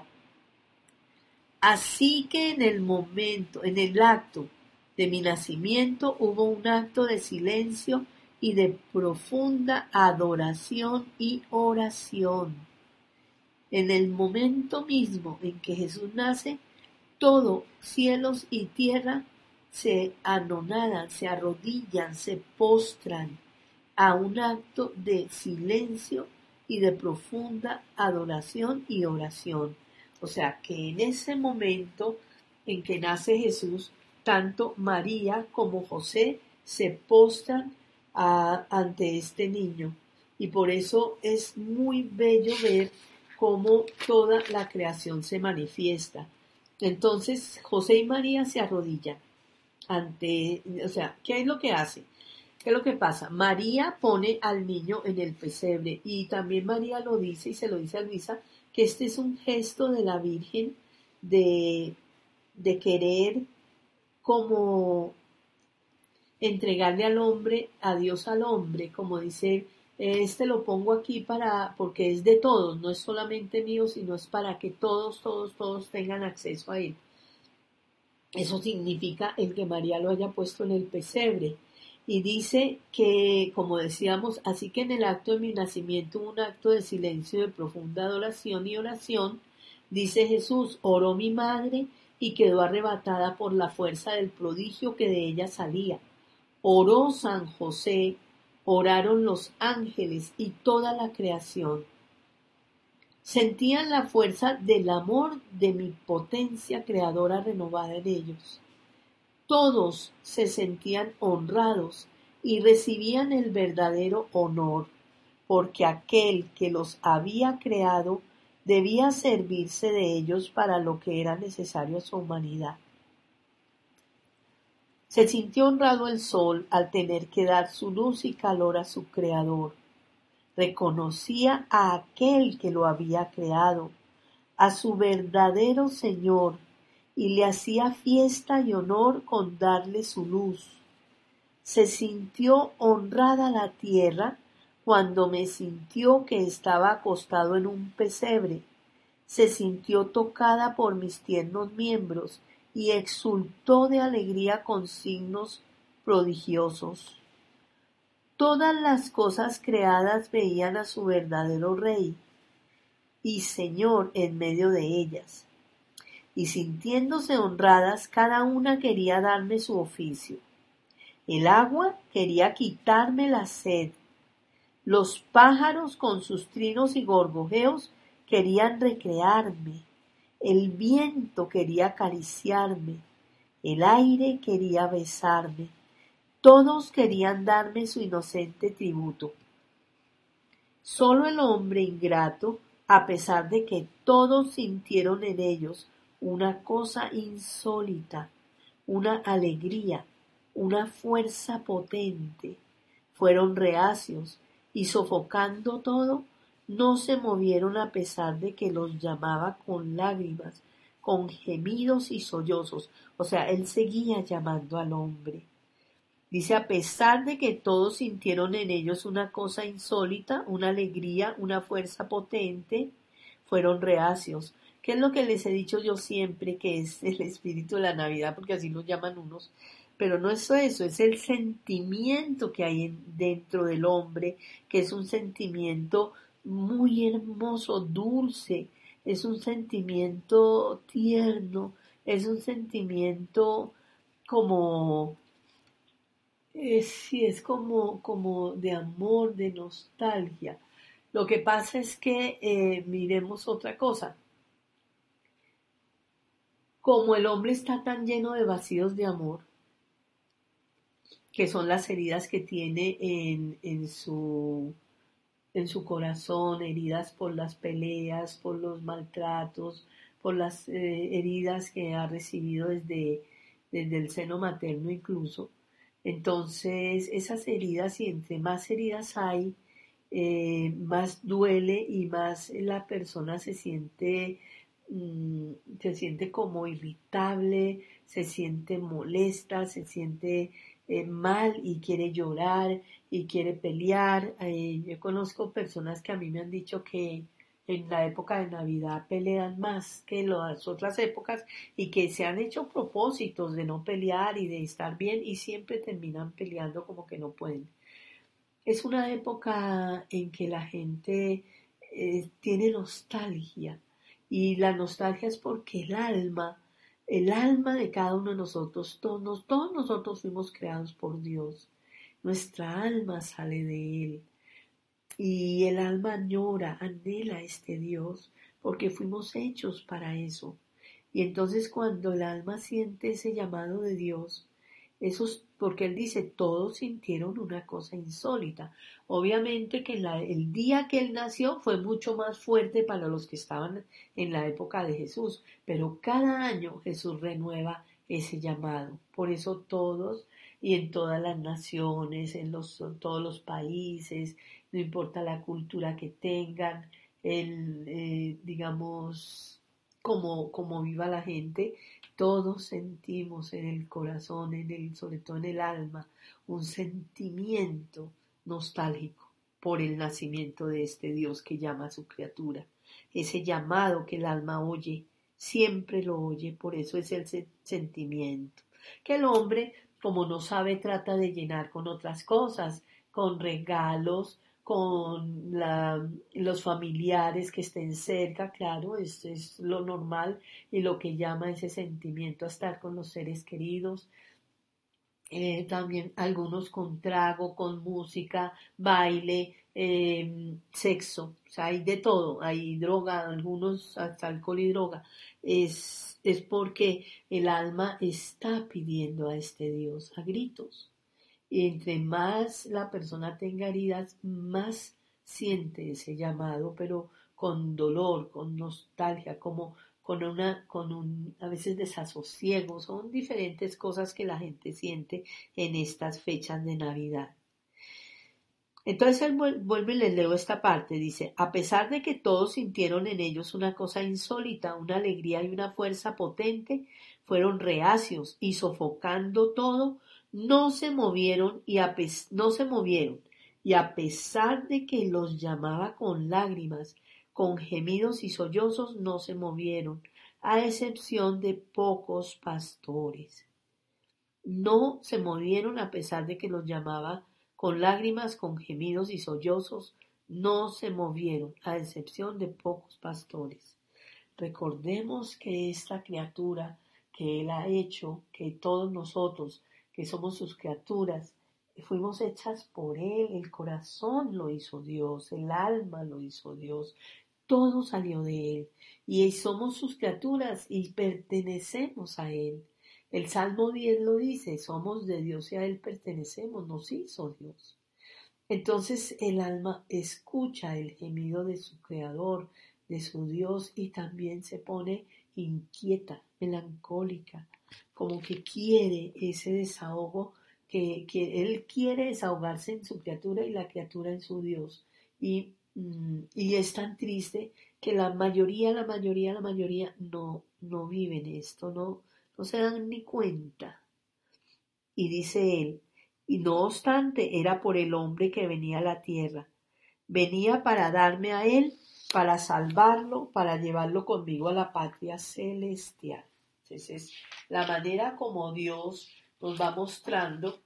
Así que en el momento, en el acto de mi nacimiento hubo un acto de silencio y de profunda adoración y oración. En el momento mismo en que Jesús nace, todo, cielos y tierra, se anonadan, se arrodillan, se postran a un acto de silencio y de profunda adoración y oración. O sea, que en ese momento en que nace Jesús, tanto María como José se postran a, ante este niño. Y por eso es muy bello ver cómo toda la creación se manifiesta. Entonces José y María se arrodillan ante, o sea, ¿qué es lo que hace? ¿Qué es lo que pasa? María pone al niño en el pesebre y también María lo dice y se lo dice a Luisa, que este es un gesto de la Virgen de, de querer como entregarle al hombre, a Dios al hombre, como dice, este lo pongo aquí para, porque es de todos, no es solamente mío, sino es para que todos, todos, todos tengan acceso a él. Eso significa el que María lo haya puesto en el pesebre. Y dice que, como decíamos, así que en el acto de mi nacimiento hubo un acto de silencio, de profunda adoración y oración, dice Jesús, oró mi madre y quedó arrebatada por la fuerza del prodigio que de ella salía. Oró San José, oraron los ángeles y toda la creación. Sentían la fuerza del amor de mi potencia creadora renovada en ellos. Todos se sentían honrados y recibían el verdadero honor, porque aquel que los había creado debía servirse de ellos para lo que era necesario a su humanidad. Se sintió honrado el sol al tener que dar su luz y calor a su creador. Reconocía a aquel que lo había creado, a su verdadero Señor, y le hacía fiesta y honor con darle su luz. Se sintió honrada la tierra cuando me sintió que estaba acostado en un pesebre. Se sintió tocada por mis tiernos miembros y exultó de alegría con signos prodigiosos. Todas las cosas creadas veían a su verdadero Rey y Señor en medio de ellas, y sintiéndose honradas, cada una quería darme su oficio. El agua quería quitarme la sed. Los pájaros con sus trinos y gorgojeos querían recrearme. El viento quería acariciarme. El aire quería besarme. Todos querían darme su inocente tributo. Solo el hombre ingrato, a pesar de que todos sintieron en ellos una cosa insólita, una alegría, una fuerza potente, fueron reacios y sofocando todo, no se movieron a pesar de que los llamaba con lágrimas, con gemidos y sollozos. O sea, él seguía llamando al hombre. Dice, a pesar de que todos sintieron en ellos una cosa insólita, una alegría, una fuerza potente, fueron reacios. ¿Qué es lo que les he dicho yo siempre que es el espíritu de la Navidad? Porque así lo llaman unos. Pero no es eso, es el sentimiento que hay en- dentro del hombre, que es un sentimiento muy hermoso, dulce, es un sentimiento tierno, es un sentimiento como, eh, sí, es como, como de amor, de nostalgia. Lo que pasa es que eh, miremos otra cosa. Como el hombre está tan lleno de vacíos de amor, que son las heridas que tiene en, en su, en su corazón, heridas por las peleas, por los maltratos, por las eh, heridas que ha recibido desde, desde el seno materno incluso. Entonces, esas heridas, y entre más heridas hay, eh, más duele y más la persona se siente, mm, se siente como irritable, se siente molesta, se siente eh, mal y quiere llorar y quiere pelear. Eh, yo conozco personas que a mí me han dicho que en la época de Navidad pelean más que en las otras épocas y que se han hecho propósitos de no pelear y de estar bien y siempre terminan peleando como que no pueden. Es una época en que la gente eh, tiene nostalgia y la nostalgia es porque el alma, el alma de cada uno de nosotros, todos, todos nosotros fuimos creados por Dios. Nuestra alma sale de Él y el alma añora, anhela a este Dios porque fuimos hechos para eso. Y entonces cuando el alma siente ese llamado de Dios, esos, porque él dice, todos sintieron una cosa insólita. Obviamente que la, el día que él nació fue mucho más fuerte para los que estaban en la época de Jesús, pero cada año Jesús renueva ese llamado. Por eso todos y en todas las naciones, en los, en todos los países, no importa la cultura que tengan, el, eh, digamos, como, como viva la gente, todos sentimos en el corazón, en el, sobre todo en el alma, un sentimiento nostálgico por el nacimiento de este Dios que llama a su criatura. Ese llamado que el alma oye, siempre lo oye, por eso es el se- sentimiento. Que el hombre, como no sabe, trata de llenar con otras cosas, con regalos, con la, los familiares que estén cerca, claro, es, es lo normal y lo que llama ese sentimiento a estar con los seres queridos. Eh, también algunos con trago, con música, baile, eh, sexo, o sea, hay de todo, hay droga, algunos hasta alcohol y droga. Es, es porque el alma está pidiendo a este Dios a gritos. Y entre más la persona tenga heridas, más siente ese llamado, pero con dolor, con nostalgia, como con una, con un, a veces desasosiego, son diferentes cosas que la gente siente en estas fechas de Navidad. Entonces él vuelve y les leo esta parte, dice, a pesar de que todos sintieron en ellos una cosa insólita, una alegría y una fuerza potente, fueron reacios y sofocando todo, no se movieron y a pes no se movieron, y a pesar de que los llamaba con lágrimas, con gemidos y sollozos, no se movieron, a excepción de pocos pastores. No se movieron a pesar de que los llamaba con lágrimas, con gemidos y sollozos, no se movieron, a excepción de pocos pastores. Recordemos que esta criatura que Él ha hecho, que todos nosotros, que somos sus criaturas, fuimos hechas por Él, el corazón lo hizo Dios, el alma lo hizo Dios, todo salió de Él y somos sus criaturas y pertenecemos a Él. El Salmo diez lo dice, somos de Dios y a Él pertenecemos, nos hizo Dios. Entonces el alma escucha el gemido de su Creador, de su Dios, y también se pone inquieta, melancólica, como que quiere ese desahogo, que, que Él quiere desahogarse en su criatura y la criatura en su Dios. Y, mm, y es tan triste que la mayoría, la mayoría, la mayoría no, no viven esto, no, no se dan ni cuenta. Y dice él, y no obstante era por el hombre que venía a la tierra. Venía para darme a él para salvarlo, para llevarlo conmigo a la patria celestial. Entonces es la manera como Dios nos va mostrando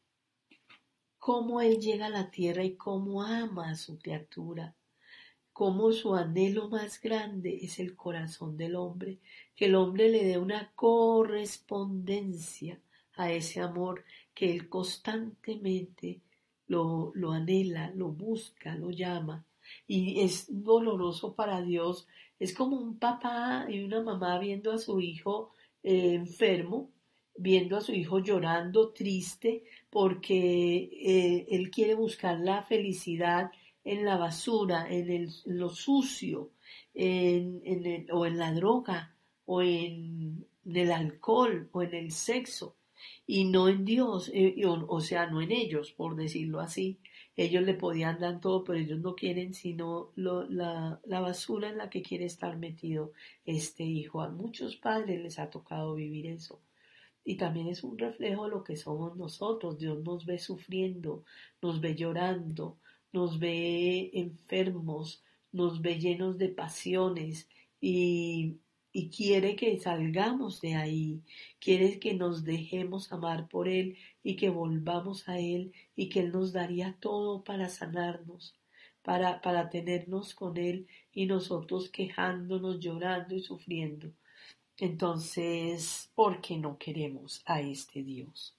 cómo Él llega a la tierra y cómo ama a su criatura, cómo su anhelo más grande es el corazón del hombre, que el hombre le dé una correspondencia a ese amor que Él constantemente lo, lo anhela, lo busca, lo llama. Y es doloroso para Dios, es como un papá y una mamá viendo a su hijo eh, enfermo, viendo a su hijo llorando, triste, porque eh, él quiere buscar la felicidad en la basura, en, el, en lo sucio, en, en el, o en la droga, o en, en el alcohol, o en el sexo, y no en Dios, eh, o, o sea, no en ellos, por decirlo así. Ellos le podían dar todo, pero ellos no quieren sino lo, la, la basura en la que quiere estar metido este hijo. A muchos padres les ha tocado vivir eso. Y también es un reflejo de lo que somos nosotros. Dios nos ve sufriendo, nos ve llorando, nos ve enfermos, nos ve llenos de pasiones y, y quiere que salgamos de ahí, quiere que nos dejemos amar por Él y que volvamos a Él y que Él nos daría todo para sanarnos, para, para tenernos con Él y nosotros quejándonos, llorando y sufriendo. Entonces, ¿por qué no queremos a este Dios?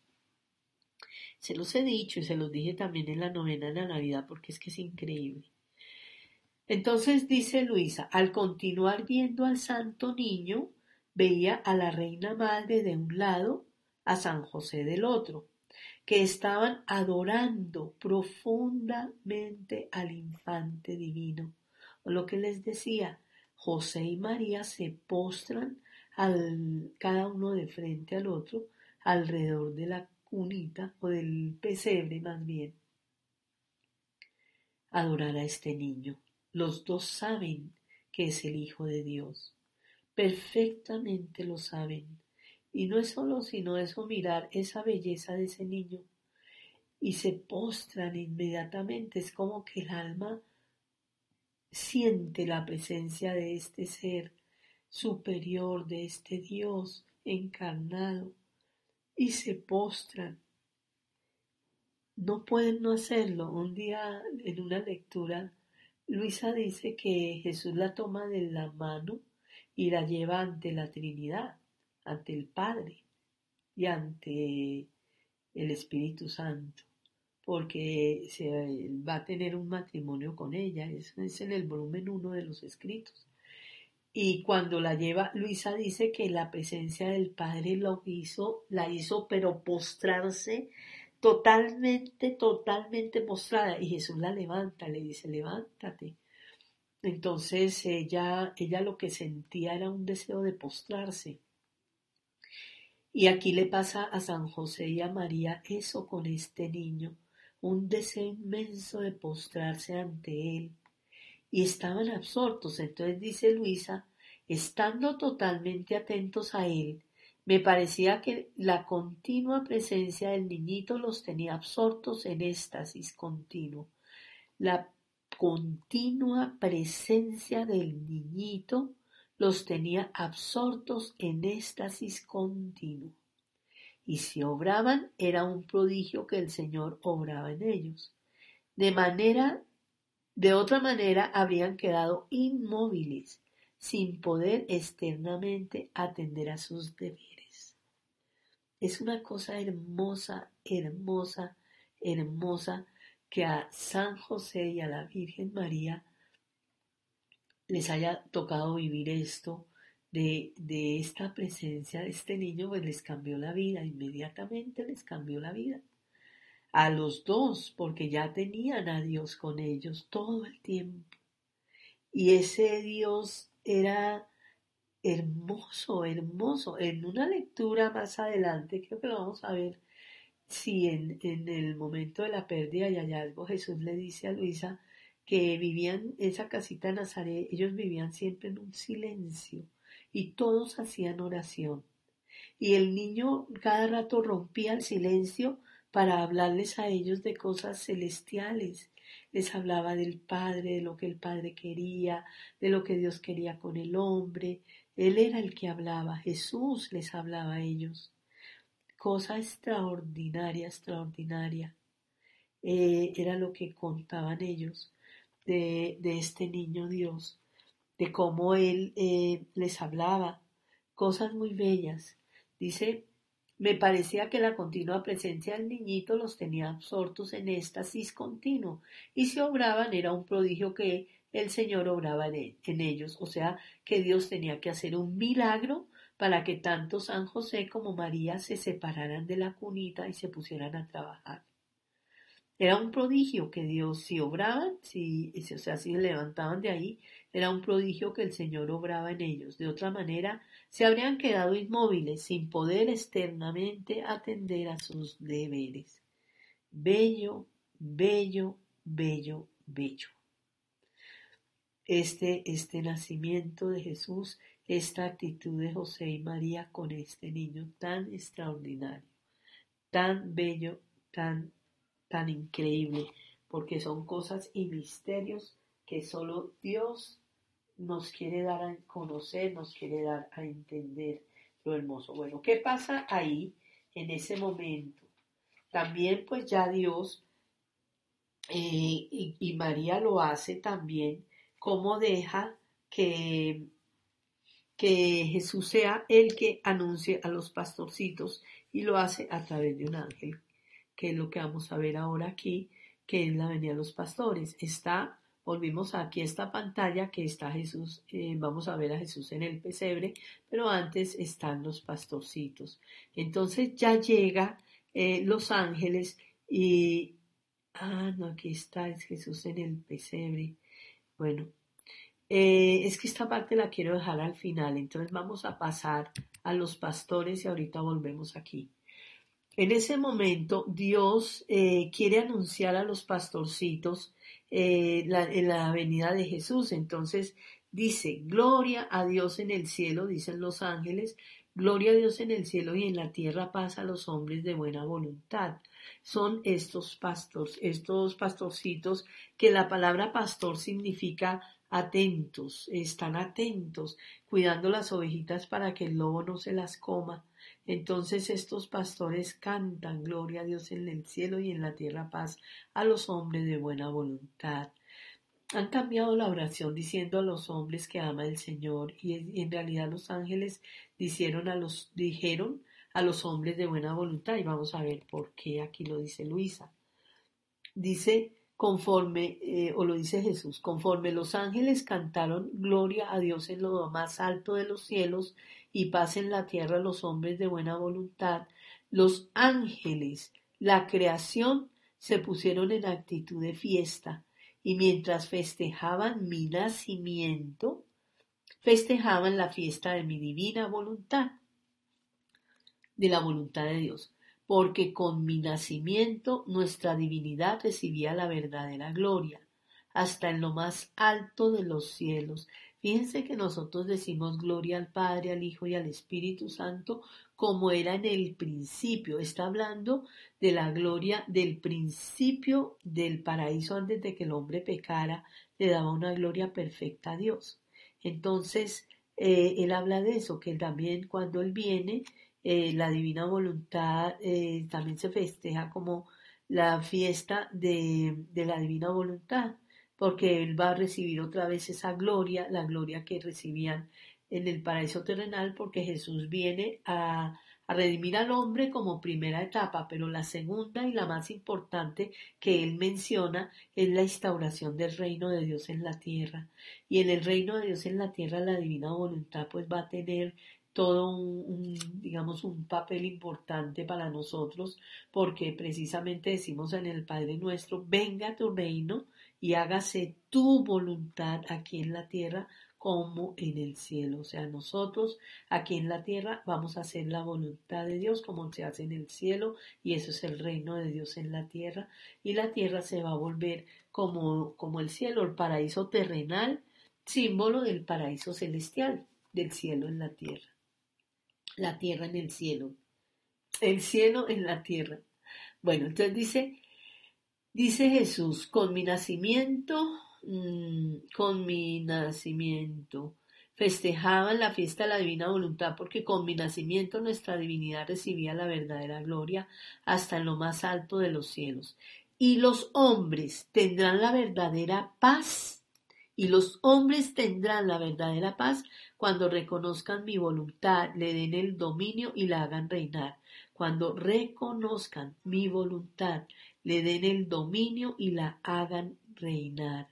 Se los he dicho y se los dije también en la novena de la Navidad porque es que es increíble. Entonces dice Luisa, al continuar viendo al santo niño, veía a la reina madre de un lado, a San José del otro, que estaban adorando profundamente al infante divino. O lo que les decía, José y María se postran al, cada uno de frente al otro, alrededor de la cunita o del pesebre más bien, adorar a este niño. Los dos saben que es el Hijo de Dios, perfectamente lo saben. Y no es solo sino eso, mirar esa belleza de ese niño y se postran inmediatamente. Es como que el alma siente la presencia de este ser superior, de este Dios encarnado, y se postran. No pueden no hacerlo. Un día en una lectura, Luisa dice que Jesús la toma de la mano y la lleva ante la Trinidad, ante el Padre y ante el Espíritu Santo, porque se va a tener un matrimonio con ella. Eso es en el volumen uno de los escritos. Y cuando la lleva, Luisa dice que la presencia del Padre lo hizo, la hizo, pero postrarse totalmente, totalmente postrada. Y Jesús la levanta, le dice, levántate. Entonces ella, ella lo que sentía era un deseo de postrarse. Y aquí le pasa a San José y a María eso con este niño, un deseo inmenso de postrarse ante él. Y estaban absortos. Entonces dice Luisa, estando totalmente atentos a él, me parecía que la continua presencia del niñito los tenía absortos en éxtasis continuo. La continua presencia del niñito los tenía absortos en éxtasis continuo. Y si obraban, era un prodigio que el Señor obraba en ellos. De manera De otra manera habrían quedado inmóviles, sin poder externamente atender a sus deberes. Es una cosa hermosa, hermosa, hermosa que a San José y a la Virgen María les haya tocado vivir esto de, de esta presencia de este niño, pues les cambió la vida, inmediatamente les cambió la vida. A los dos, porque ya tenían a Dios con ellos todo el tiempo. Y ese Dios era hermoso, hermoso. En una lectura más adelante, creo que lo vamos a ver, si en, en el momento de la pérdida y hallazgo Jesús le dice a Luisa que vivían esa casita de Nazaret, ellos vivían siempre en un silencio y todos hacían oración. Y el niño cada rato rompía el silencio para hablarles a ellos de cosas celestiales Les hablaba del Padre, de lo que el Padre quería, de lo que Dios quería con el hombre. Él era el que hablaba, Jesús les hablaba a ellos. Cosa extraordinaria, extraordinaria. Eh, era lo que contaban ellos de, de este niño Dios, de cómo Él eh, les hablaba, cosas muy bellas. Dice, me parecía que la continua presencia del niñito los tenía absortos en éxtasis continuo, y si obraban era un prodigio que el Señor obraba en, en ellos, o sea, que Dios tenía que hacer un milagro para que tanto San José como María se separaran de la cunita y se pusieran a trabajar. Era un prodigio que Dios, si obraban, si, o sea, si se levantaban de ahí, era un prodigio que el Señor obraba en ellos. De otra manera, se habrían quedado inmóviles, sin poder externamente atender a sus deberes. Bello, bello, bello, bello. Este, este nacimiento de Jesús, esta actitud de José y María con este niño tan extraordinario, tan bello, tan tan increíble, porque son cosas y misterios que solo Dios nos quiere dar a conocer, nos quiere dar a entender lo hermoso. Bueno, ¿qué pasa ahí en ese momento? También pues ya Dios eh, y, y María lo hace también, como deja que que Jesús sea el que anuncie a los pastorcitos y lo hace a través de un ángel, que es lo que vamos a ver ahora aquí, que es la venida de los pastores. Está, volvimos aquí a esta pantalla que está Jesús, eh, vamos a ver a Jesús en el pesebre, pero antes están los pastorcitos. Entonces ya llega eh, los ángeles y, ah, no, aquí está, es Jesús en el pesebre. Bueno, eh, es que esta parte la quiero dejar al final, entonces vamos a pasar a los pastores y ahorita volvemos aquí. En ese momento Dios eh, quiere anunciar a los pastorcitos eh, la, la venida de Jesús. Entonces dice, gloria a Dios en el cielo, dicen los ángeles, gloria a Dios en el cielo y en la tierra paz a los hombres de buena voluntad. Son estos pastores, estos pastorcitos, que la palabra pastor significa atentos, están atentos, cuidando las ovejitas para que el lobo no se las coma. Entonces estos pastores cantan gloria a Dios en el cielo y en la tierra paz a los hombres de buena voluntad. Han cambiado la oración diciendo a los hombres que ama el Señor y en realidad los ángeles dijeron a los, dijeron a los hombres de buena voluntad y vamos a ver por qué aquí lo dice Luisa. Dice conforme, eh, o lo dice Jesús, conforme los ángeles cantaron gloria a Dios en lo más alto de los cielos y paz en la tierra a los hombres de buena voluntad, los ángeles, la creación, se pusieron en actitud de fiesta y mientras festejaban mi nacimiento, festejaban la fiesta de mi divina voluntad, de la voluntad de Dios. Porque con mi nacimiento nuestra divinidad recibía la verdadera gloria, hasta en lo más alto de los cielos. Fíjense que nosotros decimos gloria al Padre, al Hijo y al Espíritu Santo, como era en el principio. Está hablando de la gloria del principio del paraíso antes de que el hombre pecara, le daba una gloria perfecta a Dios. Entonces, eh, él habla de eso, que también cuando él viene, Eh, la divina voluntad eh, también se festeja como la fiesta de, de la divina voluntad, porque Él va a recibir otra vez esa gloria, la gloria que recibían en el paraíso terrenal, porque Jesús viene a, a redimir al hombre como primera etapa, pero la segunda y la más importante que Él menciona es la instauración del reino de Dios en la tierra. Y en el reino de Dios en la tierra la divina voluntad pues va a tener todo un, un, digamos, un papel importante para nosotros, porque precisamente decimos en el Padre Nuestro, venga tu reino y hágase tu voluntad aquí en la tierra como en el cielo. O sea, nosotros aquí en la tierra vamos a hacer la voluntad de Dios como se hace en el cielo, y eso es el reino de Dios en la tierra, y la tierra se va a volver como, como el cielo, el paraíso terrenal, símbolo del paraíso celestial, del cielo en la tierra. La tierra en el cielo, el cielo en la tierra. Bueno, entonces dice, Dice Jesús, con mi nacimiento, mmm, con mi nacimiento, festejaban la fiesta de la divina voluntad porque con mi nacimiento nuestra divinidad recibía la verdadera gloria hasta en lo más alto de los cielos. Y los hombres tendrán la verdadera paz, y los hombres tendrán la verdadera paz cuando reconozcan mi voluntad, le den el dominio y la hagan reinar. Cuando reconozcan mi voluntad, le den el dominio y la hagan reinar.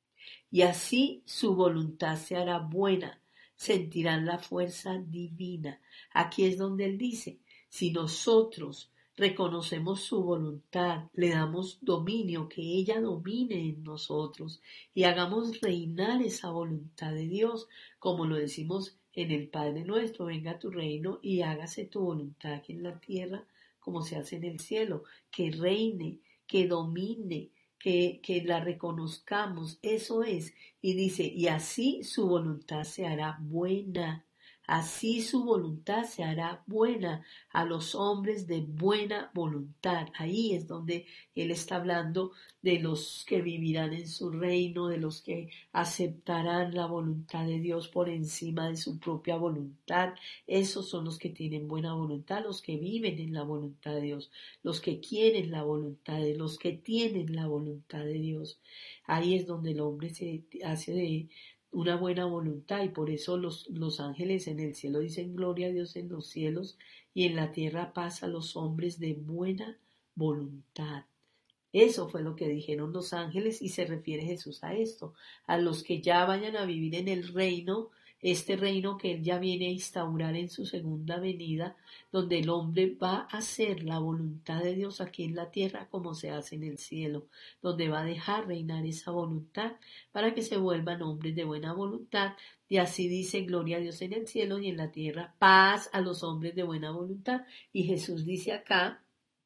Y así su voluntad se hará buena, sentirán la fuerza divina. Aquí es donde él dice, si nosotros reconocemos su voluntad, le damos dominio, que ella domine en nosotros y hagamos reinar esa voluntad de Dios, como lo decimos en el Padre nuestro, venga a tu reino y hágase tu voluntad aquí en la tierra como se hace en el cielo, que reine, que domine, que, que la reconozcamos, eso es. Y dice, y así su voluntad se hará buena. Así su voluntad se hará buena a los hombres de buena voluntad. Ahí es donde él está hablando de los que vivirán en su reino, de los que aceptarán la voluntad de Dios por encima de su propia voluntad. Esos son los que tienen buena voluntad, los que viven en la voluntad de Dios, los que quieren la voluntad de Dios, los que tienen la voluntad de Dios. Ahí es donde el hombre se hace de una buena voluntad y por eso los, los ángeles en el cielo dicen gloria a Dios en los cielos y en la tierra paz a los hombres de buena voluntad. Eso fue lo que dijeron los ángeles y se refiere Jesús a esto, a los que ya vayan a vivir en el reino, este reino que él ya viene a instaurar en su segunda venida, donde el hombre va a hacer la voluntad de Dios aquí en la tierra como se hace en el cielo, donde va a dejar reinar esa voluntad para que se vuelvan hombres de buena voluntad. Y así dice gloria a Dios en el cielo y en la tierra, paz a los hombres de buena voluntad. Y Jesús dice acá,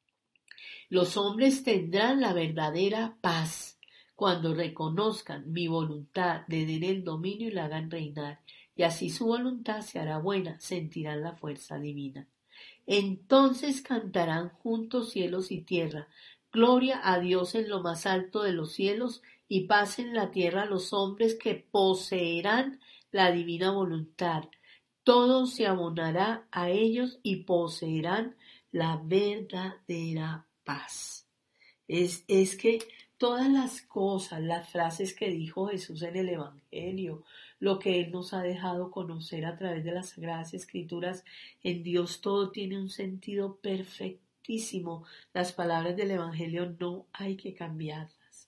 los hombres tendrán la verdadera paz cuando reconozcan mi voluntad, le den el dominio y la hagan reinar, y así su voluntad se hará buena, sentirán la fuerza divina. Entonces cantarán juntos cielos y tierra, gloria a Dios en lo más alto de los cielos y paz en la tierra a los hombres que poseerán la divina voluntad. Todo se abonará a ellos y poseerán la verdadera paz. Es, es que todas las cosas, las frases que dijo Jesús en el Evangelio, lo que Él nos ha dejado conocer a través de las Sagradas Escrituras, en Dios todo tiene un sentido perfectísimo. Las palabras del Evangelio no hay que cambiarlas.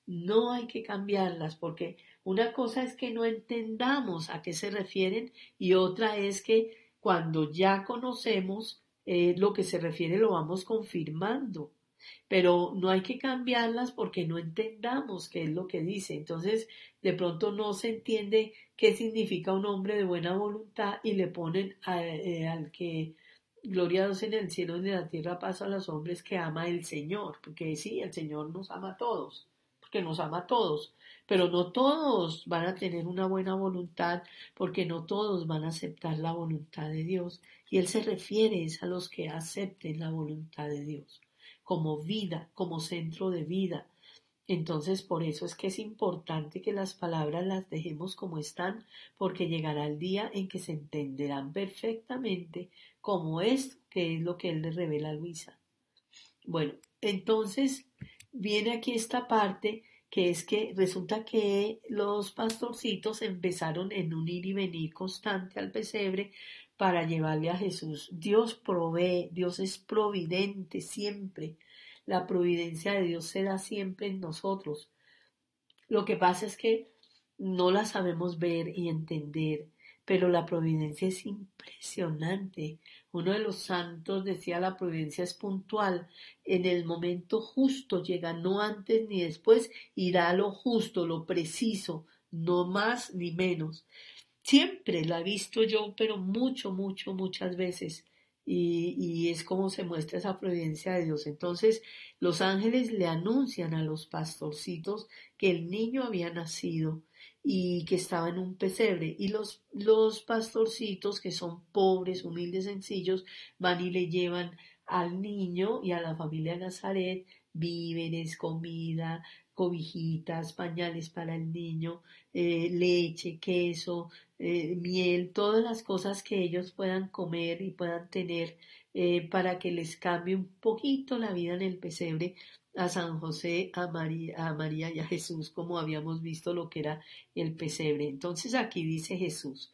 No hay que cambiarlas porque una cosa es que no entendamos a qué se refieren y otra es que cuando ya conocemos eh, lo que se refiere lo vamos confirmando. Pero no hay que cambiarlas porque no entendamos qué es lo que dice. Entonces, de pronto no se entiende qué significa un hombre de buena voluntad y le ponen a, eh, al que gloria a Dios en el cielo y en la tierra paz a los hombres que ama el Señor. Porque sí, el Señor nos ama a todos, porque nos ama a todos. Pero no todos van a tener una buena voluntad porque no todos van a aceptar la voluntad de Dios. Y Él se refiere es a los que acepten la voluntad de Dios como vida, como centro de vida. Entonces, por eso es que es importante que las palabras las dejemos como están, porque llegará el día en que se entenderán perfectamente cómo es, que es lo que él le revela a Luisa. Bueno, entonces viene aquí esta parte que es que resulta que los pastorcitos empezaron en un ir y venir constante al pesebre para llevarle a Jesús. Dios provee, Dios es providente siempre. La providencia de Dios se da siempre en nosotros. Lo que pasa es que no la sabemos ver y entender, pero la providencia es impresionante. Uno de los santos decía la providencia es puntual, en el momento justo llega, no antes ni después, y da lo justo, lo preciso, no más ni menos. Siempre la he visto yo, pero mucho, mucho, muchas veces. Y, y es como se muestra esa providencia de Dios. Entonces, los ángeles le anuncian a los pastorcitos que el niño había nacido y que estaba en un pesebre. Y los, los pastorcitos, que son pobres, humildes, sencillos, van y le llevan al niño y a la familia de Nazaret, víveres, comida, cobijitas, pañales para el niño, eh, leche, queso, eh, miel, todas las cosas que ellos puedan comer y puedan tener eh, para que les cambie un poquito la vida en el pesebre a San José, a María, a María y a Jesús, como habíamos visto lo que era el pesebre. Entonces aquí dice Jesús: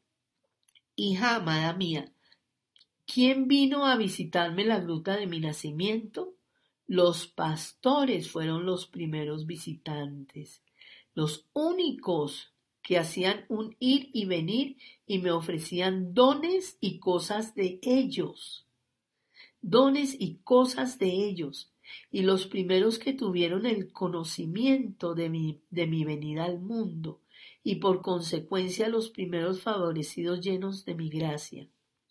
hija amada mía, ¿quién vino a visitarme en la gruta de mi nacimiento? Los pastores fueron los primeros visitantes, los únicos que hacían un ir y venir y me ofrecían dones y cosas de ellos, dones y cosas de ellos, y los primeros que tuvieron el conocimiento de mi, de mi venida al mundo, y por consecuencia los primeros favorecidos llenos de mi gracia.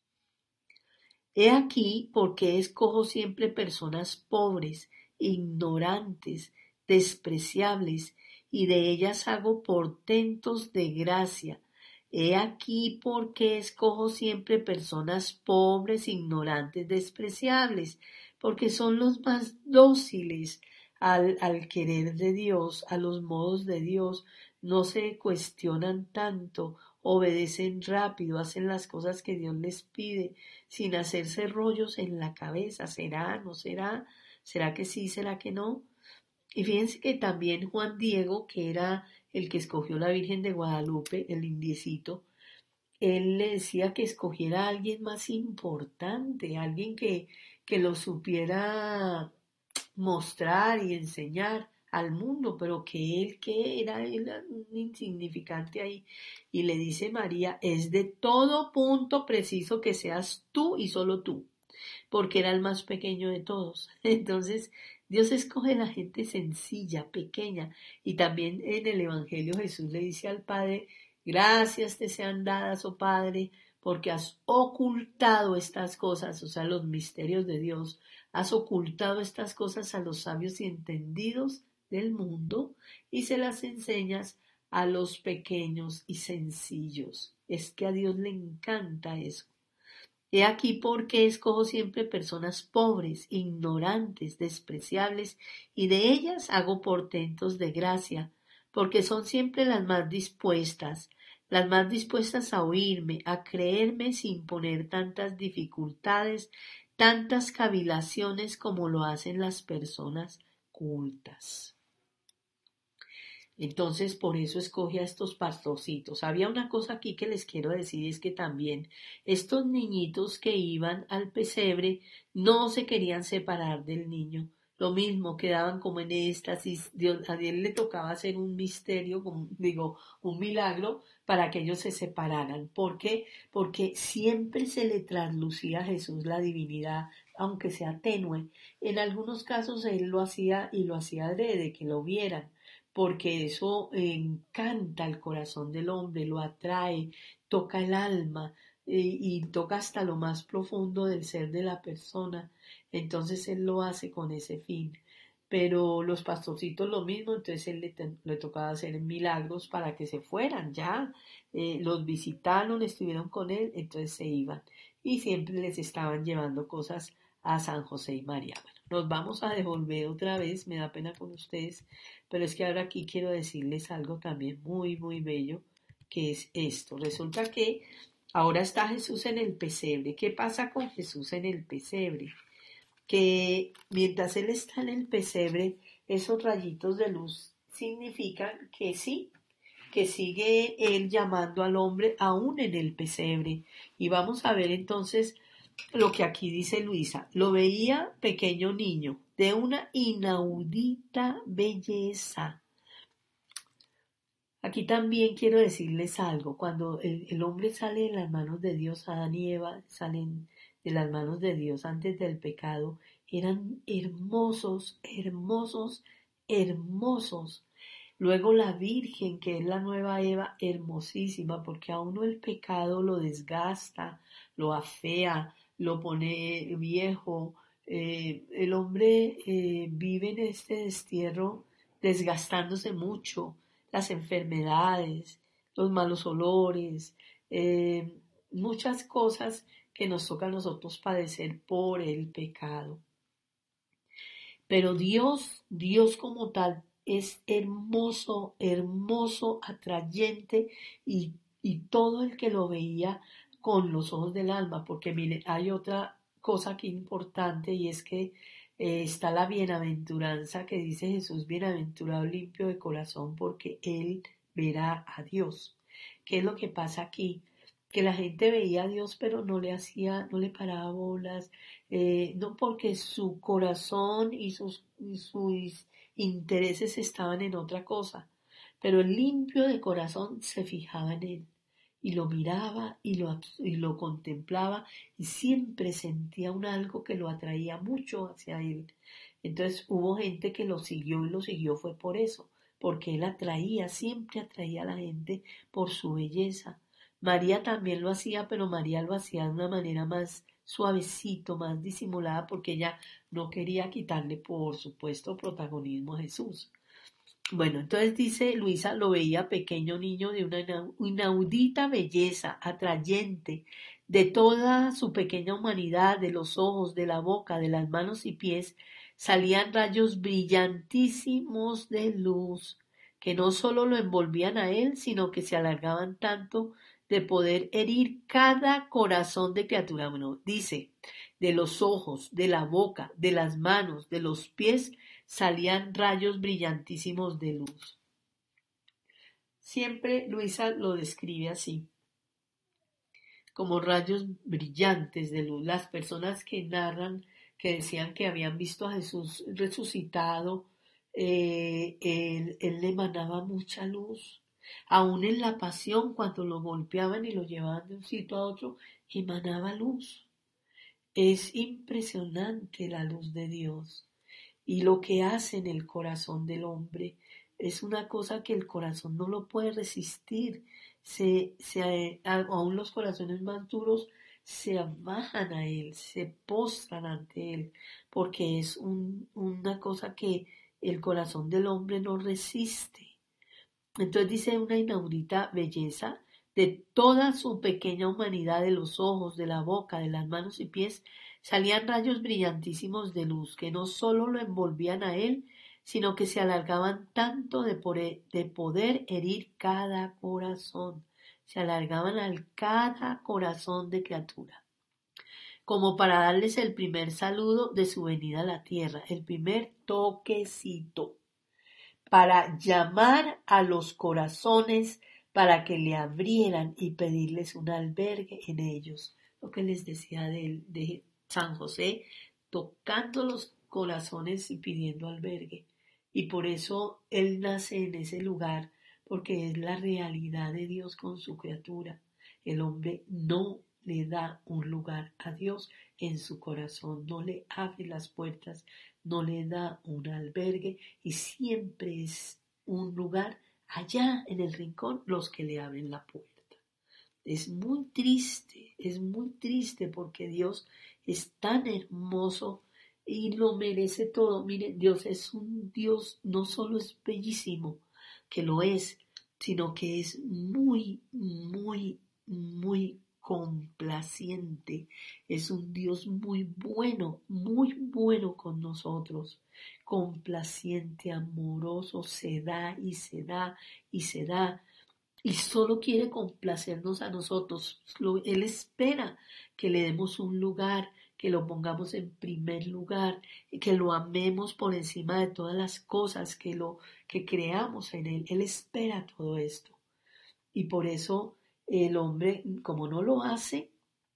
He aquí por qué escojo siempre personas pobres, ignorantes, despreciables, y de ellas hago portentos de gracia. He aquí por qué escojo siempre personas pobres, ignorantes, despreciables, porque son los más dóciles al, al querer de Dios, a los modos de Dios, no se cuestionan tanto, obedecen rápido, hacen las cosas que Dios les pide, sin hacerse rollos en la cabeza. ¿Será? ¿No será? ¿Será que sí? ¿Será que no? Y fíjense que también Juan Diego, que era el que escogió la Virgen de Guadalupe, el indiecito, él le decía que escogiera a alguien más importante, alguien que, que lo supiera mostrar y enseñar al mundo, pero que él, que era él, un insignificante ahí. Y le dice María: es de todo punto preciso que seas tú y solo tú, porque era el más pequeño de todos. Entonces, Dios escoge la gente sencilla, pequeña. Y también en el Evangelio Jesús le dice al Padre: gracias te sean dadas, oh Padre, porque has ocultado estas cosas, o sea, los misterios de Dios, has ocultado estas cosas a los sabios y entendidos del mundo y se las enseñas a los pequeños y sencillos. Es que a Dios le encanta eso. He aquí por qué escojo siempre personas pobres, ignorantes, despreciables, y de ellas hago portentos de gracia, porque son siempre las más dispuestas, las más dispuestas a oírme, a creerme sin poner tantas dificultades, tantas cavilaciones como lo hacen las personas cultas. Entonces, por eso escoge a estos pastorcitos. Había una cosa aquí que les quiero decir, es que también estos niñitos que iban al pesebre no se querían separar del niño. Lo mismo, quedaban como en éxtasis. Dios, a Dios le tocaba hacer un misterio, como, digo, un milagro para que ellos se separaran. ¿Por qué? Porque siempre se le traslucía a Jesús la divinidad, aunque sea tenue. En algunos casos él lo hacía y lo hacía adrede, que lo vieran, porque eso encanta el corazón del hombre, lo atrae, toca el alma eh, y toca hasta lo más profundo del ser de la persona. Entonces él lo hace con ese fin. Pero los pastorcitos lo mismo, entonces él le, le tocaba hacer milagros para que se fueran ya. Eh, los visitaron, estuvieron con él, entonces se iban. Y siempre les estaban llevando cosas a San José y María. Bueno, nos vamos a devolver otra vez, me da pena con ustedes, pero es que ahora aquí quiero decirles algo también muy, muy bello, que es esto. Resulta que ahora está Jesús en el pesebre. ¿Qué pasa con Jesús en el pesebre? Que mientras Él está en el pesebre, esos rayitos de luz significan que sí, que sigue Él llamando al hombre aún en el pesebre. Y vamos a ver entonces lo que aquí dice Luisa. Lo veía pequeño niño, de una inaudita belleza. Aquí también quiero decirles algo. Cuando el, el hombre sale de las manos de Dios, Adán y Eva salen de las manos de Dios antes del pecado, eran hermosos, hermosos, hermosos. Luego la Virgen, que es la nueva Eva, hermosísima, porque a uno el pecado lo desgasta, lo afea, lo pone viejo. Eh, el hombre eh, vive en este destierro desgastándose mucho, las enfermedades, los malos olores, eh, muchas cosas que nos toca a nosotros padecer por el pecado. Pero Dios, Dios como tal, es hermoso, hermoso, atrayente y, y todo el que lo veía con los ojos del alma, porque mire, hay otra cosa aquí importante y es que eh, está la bienaventuranza que dice Jesús, bienaventurado limpio de corazón, porque él verá a Dios. ¿Qué es lo que pasa aquí? Que la gente veía a Dios pero no le hacía, no le paraba bolas, eh, no porque su corazón y sus, y sus intereses estaban en otra cosa, pero el limpio de corazón se fijaba en él y lo miraba y lo, y lo contemplaba y siempre sentía un algo que lo atraía mucho hacia él. Entonces hubo gente que lo siguió y lo siguió fue por eso, porque él atraía, siempre atraía a la gente por su belleza. María también lo hacía, pero María lo hacía de una manera más suavecito, más disimulada, porque ella no quería quitarle, por supuesto, protagonismo a Jesús. Bueno, entonces dice Luisa, lo veía pequeño niño de una inaudita belleza, atrayente, de toda su pequeña humanidad, de los ojos, de la boca, de las manos y pies, salían rayos brillantísimos de luz, que no sólo lo envolvían a él, sino que se alargaban tanto de poder herir cada corazón de criatura. Bueno, dice, de los ojos, de la boca, de las manos, de los pies, salían rayos brillantísimos de luz. Siempre Luisa lo describe así, como rayos brillantes de luz. Las personas que narran, que decían que habían visto a Jesús resucitado, eh, él, él le emanaba mucha luz. Aún en la pasión, cuando lo golpeaban y lo llevaban de un sitio a otro, emanaba luz. Es impresionante la luz de Dios. Y lo que hace en el corazón del hombre es una cosa que el corazón no lo puede resistir. Se, se, aún los corazones más duros se bajan a él, se postran ante él, porque es un, una cosa que el corazón del hombre no resiste. Entonces dice una inaudita belleza de toda su pequeña humanidad, de los ojos, de la boca, de las manos y pies, salían rayos brillantísimos de luz que no sólo lo envolvían a él, sino que se alargaban tanto de poder, de poder herir cada corazón, se alargaban al cada corazón de criatura, como para darles el primer saludo de su venida a la tierra, el primer toquecito, para llamar a los corazones para que le abrieran y pedirles un albergue en ellos. Lo que les decía de, de San José, tocando los corazones y pidiendo albergue. Y por eso él nace en ese lugar, porque es la realidad de Dios con su criatura. El hombre no le da un lugar a Dios en su corazón, no le abre las puertas, no le da un albergue y siempre es un lugar allá en el rincón los que le abren la puerta. Es muy triste, es muy triste porque Dios es tan hermoso y lo merece todo. Miren, Dios es un Dios, no solo es bellísimo, que lo es, sino que es muy, muy, muy complaciente. Es un Dios muy bueno, muy bueno con nosotros. Complaciente, amoroso, se da y se da y se da. Y solo quiere complacernos a nosotros. Él espera que le demos un lugar, que lo pongamos en primer lugar, que lo amemos por encima de todas las cosas, que lo que creamos en Él. Él espera todo esto. Y por eso el hombre, como no lo hace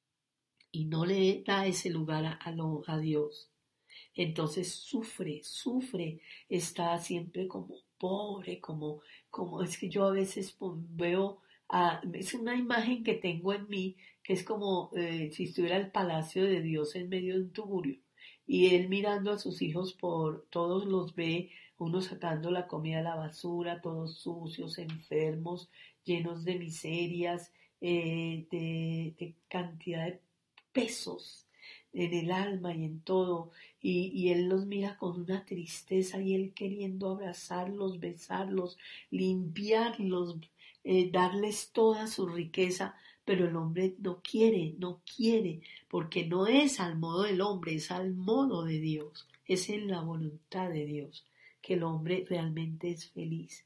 y no le da ese lugar a, a, lo, a Dios, entonces sufre, sufre, está siempre como pobre, como, como es que yo a veces veo, a, es una imagen que tengo en mí, que es como eh, si estuviera el palacio de Dios en medio de un tugurio, y él mirando a sus hijos por, todos los ve, unos sacando la comida a la basura, todos sucios, enfermos, llenos de miserias, eh, de, de cantidad de pesos en el alma y en todo, y, y él los mira con una tristeza y él queriendo abrazarlos, besarlos, limpiarlos, eh, darles toda su riqueza, pero el hombre no quiere, no quiere, porque no es al modo del hombre, es al modo de Dios. es en la voluntad de Dios que el hombre realmente es feliz.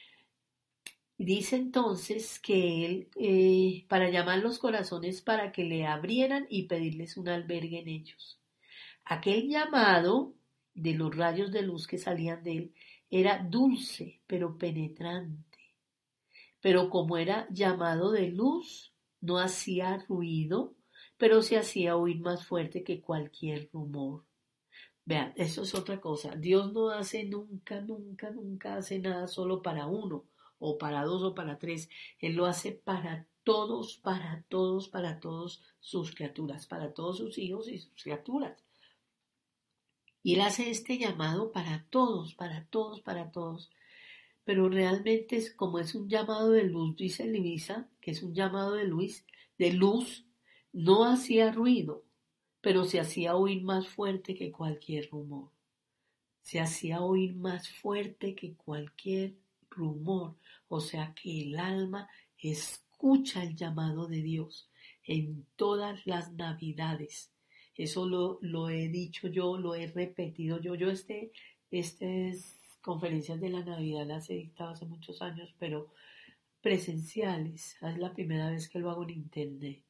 Dice entonces que él, eh, para llamar los corazones para que le abrieran y pedirles un albergue en ellos. Aquel llamado de los rayos de luz que salían de él era dulce, pero penetrante. Pero como era llamado de luz, no hacía ruido, pero se hacía oír más fuerte que cualquier rumor. Vean, eso es otra cosa. Dios no hace nunca, nunca, nunca hace nada solo para uno, o para dos, o para tres. Él lo hace para todos, para todos, para todos sus criaturas, para todos sus hijos y sus criaturas. Y él hace este llamado para todos, para todos, para todos. Pero realmente es como es un llamado de luz, dice Livisa, que es un llamado de luz, de luz, no hacía ruido, pero se hacía oír más fuerte que cualquier rumor. Se hacía oír más fuerte que cualquier rumor. O sea que el alma escucha el llamado de Dios en todas las navidades. Eso lo, lo he dicho yo, lo he repetido yo. Yo este, estas conferencias de la Navidad las he dictado hace muchos años, pero presenciales. Es la primera vez que lo hago en internet.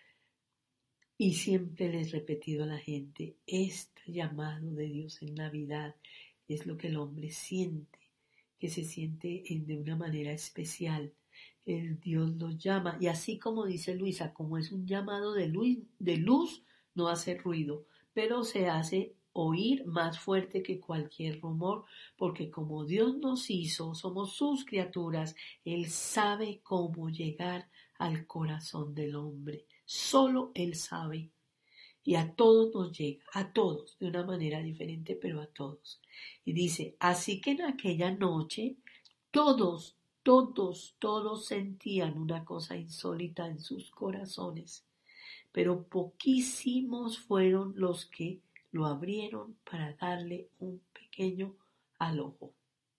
Y siempre les he repetido a la gente, este llamado de Dios en Navidad es lo que el hombre siente, que se siente de una manera especial. El Dios los llama, y así como dice Luisa, como es un llamado de luz, de luz, no hace ruido, pero se hace oír más fuerte que cualquier rumor, porque como Dios nos hizo, somos sus criaturas, Él sabe cómo llegar al corazón del hombre. Solo Él sabe. Y a todos nos llega, a todos, de una manera diferente, pero a todos. Y dice, así que en aquella noche, todos, todos, todos sentían una cosa insólita en sus corazones, pero poquísimos fueron los que lo abrieron para darle un pequeño alojo.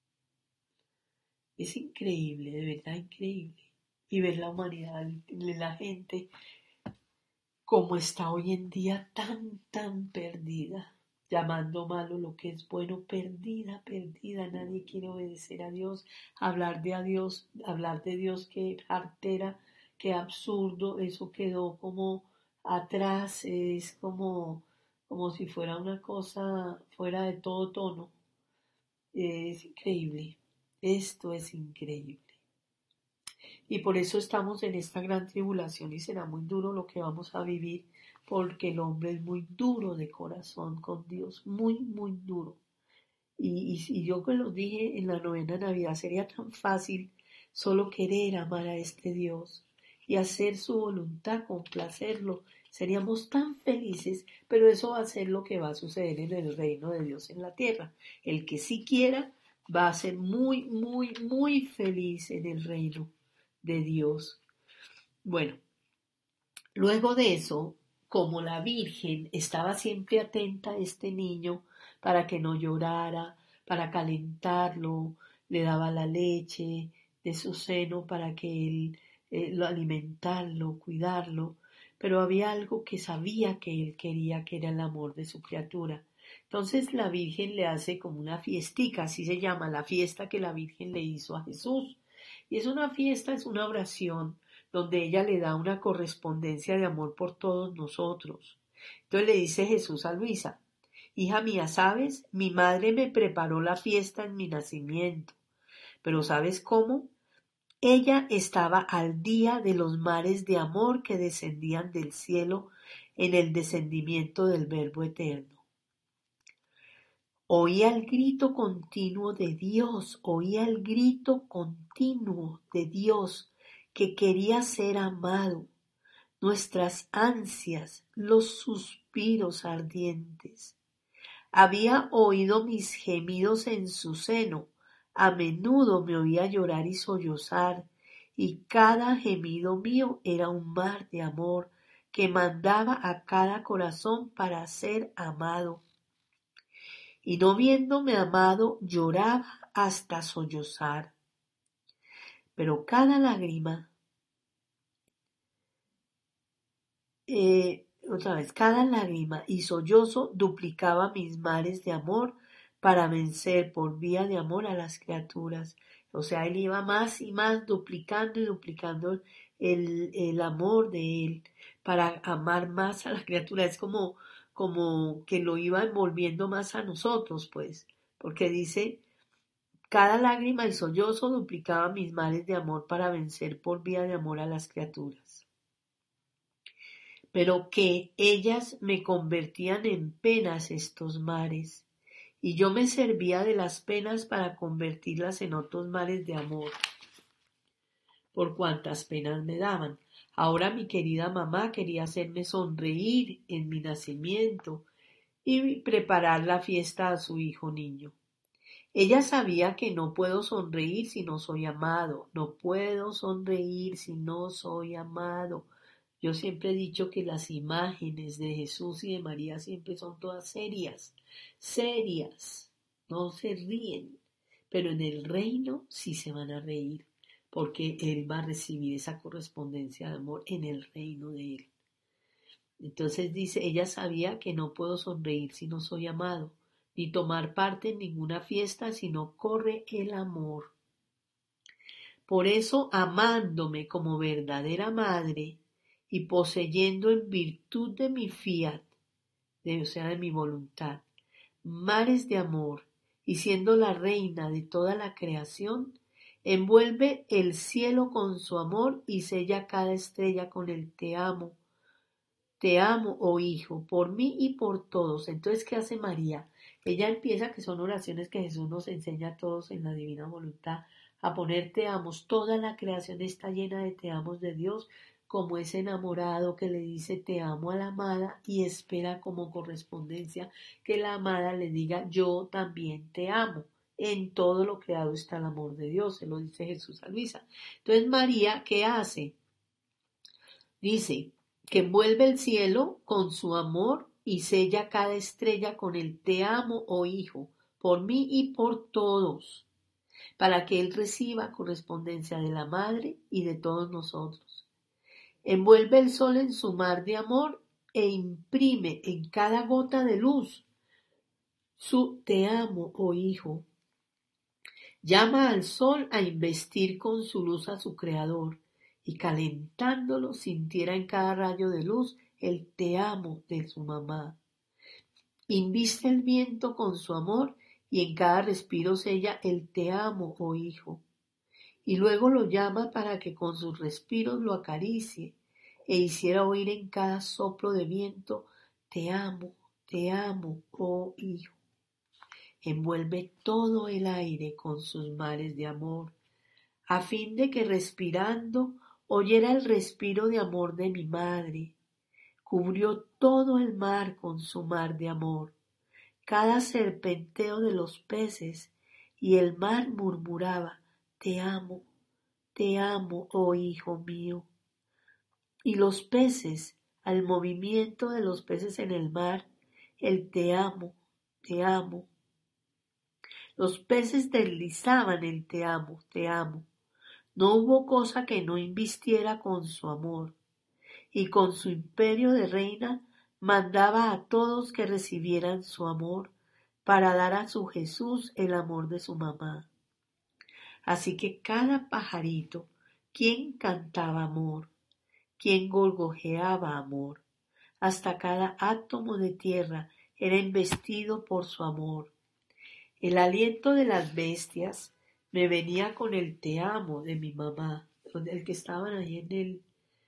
Es increíble, de verdad increíble. Y ver la humanidad, la gente, como está hoy en día tan, tan perdida, llamando malo lo que es bueno, perdida, perdida, nadie quiere obedecer a Dios, hablar de a Dios, hablar de Dios, qué artera, qué absurdo, eso quedó como atrás, es como, como si fuera una cosa fuera de todo tono, es increíble, esto es increíble. Y por eso estamos en esta gran tribulación y será muy duro lo que vamos a vivir, porque el hombre es muy duro de corazón con Dios, muy, muy duro. Y, y, y yo que lo dije en la novena Navidad, sería tan fácil solo querer amar a este Dios y hacer su voluntad, complacerlo. Seríamos tan felices, pero eso va a ser lo que va a suceder en el reino de Dios en la tierra. El que sí quiera va a ser muy, muy, muy feliz en el reino de Dios. Bueno, luego de eso, como la Virgen estaba siempre atenta a este niño para que no llorara, para calentarlo, le daba la leche de su seno para que él eh, lo alimentarlo, cuidarlo, pero había algo que sabía que él quería, que era el amor de su criatura. Entonces la Virgen le hace como una fiestica, así se llama, la fiesta que la Virgen le hizo a Jesús. Y es una fiesta, es una oración donde ella le da una correspondencia de amor por todos nosotros. Entonces le dice Jesús a Luisa, hija mía, ¿sabes? Mi madre me preparó la fiesta en mi nacimiento. Pero ¿sabes cómo? Ella estaba al día de los mares de amor que descendían del cielo en el descendimiento del Verbo eterno. Oía el grito continuo de Dios, oía el grito continuo de Dios que quería ser amado, nuestras ansias, los suspiros ardientes. Había oído mis gemidos en su seno, a menudo me oía llorar y sollozar, y cada gemido mío era un mar de amor que mandaba a cada corazón para ser amado. Y no viéndome amado, lloraba hasta sollozar. Pero cada lágrima, eh, otra vez, cada lágrima y sollozo duplicaba mis mares de amor para vencer por vía de amor a las criaturas. O sea, él iba más y más duplicando y duplicando el, el amor de él para amar más a la criatura. Es como, como que lo iba envolviendo más a nosotros, pues, porque dice, cada lágrima y sollozo duplicaba mis mares de amor para vencer por vía de amor a las criaturas. Pero que ellas me convertían en penas estos mares, y yo me servía de las penas para convertirlas en otros mares de amor, por cuantas penas me daban. Ahora mi querida mamá quería hacerme sonreír en mi nacimiento y preparar la fiesta a su hijo niño. Ella sabía que no puedo sonreír si no soy amado, no puedo sonreír si no soy amado. Yo siempre he dicho que las imágenes de Jesús y de María siempre son todas serias, serias, no se ríen, pero en el reino sí se van a reír, porque Él va a recibir esa correspondencia de amor en el reino de Él. Entonces dice, ella sabía que no puedo sonreír si no soy amado, ni tomar parte en ninguna fiesta si no corre el amor. Por eso, amándome como verdadera madre, y poseyendo en virtud de mi fiat, de, o sea, de mi voluntad, mares de amor, y siendo la reina de toda la creación, envuelve el cielo con su amor y sella cada estrella con el te amo, te amo, oh Hijo, por mí y por todos. Entonces, ¿qué hace María? Ella empieza, que son oraciones que Jesús nos enseña a todos en la divina voluntad, a poner te amos. Toda la creación está llena de te amos de Dios, como ese enamorado que le dice te amo a la amada y espera como correspondencia que la amada le diga yo también te amo. En todo lo creado está el amor de Dios, se lo dice Jesús a Luisa. Entonces María, ¿qué hace? Dice que envuelve el cielo con su amor y sella cada estrella con el te amo, oh Hijo, por mí y por todos, para que Él reciba correspondencia de la Madre y de todos nosotros. Envuelve el sol en su mar de amor e imprime en cada gota de luz su te amo, oh Hijo. Llama al sol a investir con su luz a su Creador, y calentándolo sintiera en cada rayo de luz el te amo de su mamá. Inviste el viento con su amor y en cada respiro sella el te amo, oh Hijo. Y luego lo llama para que con sus respiros lo acaricie e hiciera oír en cada soplo de viento te amo, te amo, oh Hijo. Envuelve todo el aire con sus mares de amor, a fin de que respirando oyera el respiro de amor de mi madre. Cubrió todo el mar con su mar de amor, cada serpenteo de los peces, y el mar murmuraba, te amo, te amo, oh Hijo mío. Y los peces, al movimiento de los peces en el mar, el te amo, te amo. Los peces deslizaban el te amo, te amo. No hubo cosa que no invistiera con su amor, y con su imperio de reina mandaba a todos que recibieran su amor para dar a su Jesús el amor de su mamá. Así que cada pajarito, quien cantaba amor, quien gorgojeaba amor, hasta cada átomo de tierra era investido por su amor. El aliento de las bestias me venía con el te amo de mi mamá, el que estaban ahí en el,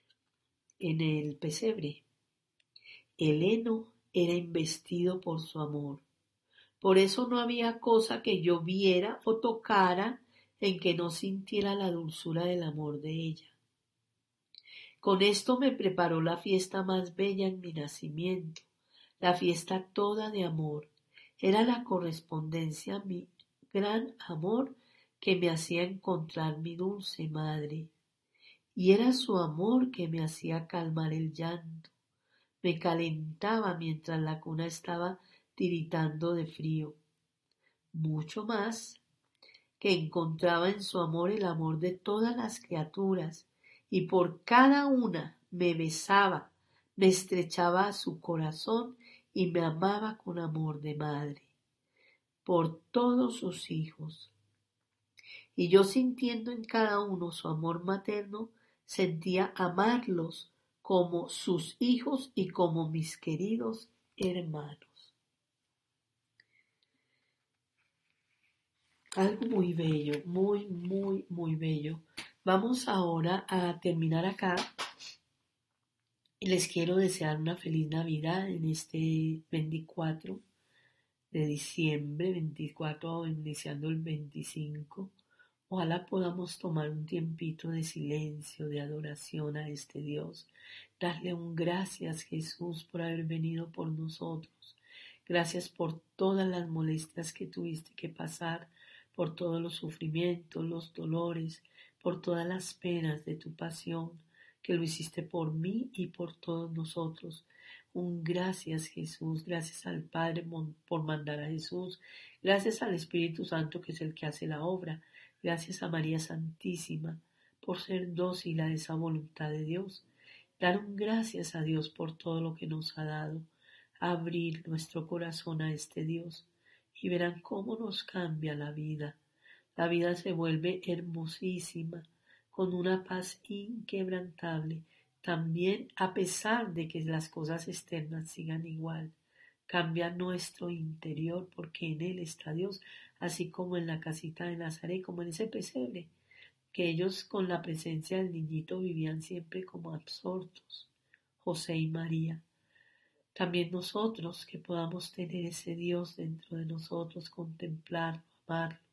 en el pesebre. El heno era investido por su amor. Por eso no había cosa que yo viera o tocara en que no sintiera la dulzura del amor de ella. Con esto me preparó la fiesta más bella en mi nacimiento, la fiesta toda de amor. Era la correspondencia a mi gran amor que me hacía encontrar mi dulce madre, y era su amor que me hacía calmar el llanto, me calentaba mientras la cuna estaba tiritando de frío. Mucho más, que encontraba en su amor el amor de todas las criaturas, y por cada una me besaba, me estrechaba a su corazón y me amaba con amor de madre por todos sus hijos. Y yo, sintiendo en cada uno su amor materno, sentía amarlos como sus hijos y como mis queridos hermanos. Algo muy bello, muy, muy, muy bello. Vamos ahora a terminar acá y les quiero desear una feliz Navidad en este veinticuatro de diciembre, veinticuatro iniciando el veinticinco. Ojalá podamos tomar un tiempito de silencio, de adoración a este Dios. Darle un gracias, Jesús, por haber venido por nosotros. Gracias por todas las molestias que tuviste que pasar, por todos los sufrimientos, los dolores, por todas las penas de tu pasión, que lo hiciste por mí y por todos nosotros. Un gracias, Jesús, gracias al Padre por mandar a Jesús, gracias al Espíritu Santo, que es el que hace la obra. Gracias a María Santísima por ser dócil a esa voluntad de Dios. Dar un gracias a Dios por todo lo que nos ha dado. Abrir nuestro corazón a este Dios y verán cómo nos cambia la vida. La vida se vuelve hermosísima, con una paz inquebrantable, también a pesar de que las cosas externas sigan igual. Cambia nuestro interior porque en Él está Dios, así como en la casita de Nazaret, como en ese pesebre, que ellos con la presencia del niñito vivían siempre como absortos, José y María. También nosotros, que podamos tener ese Dios dentro de nosotros, contemplarlo, amarlo,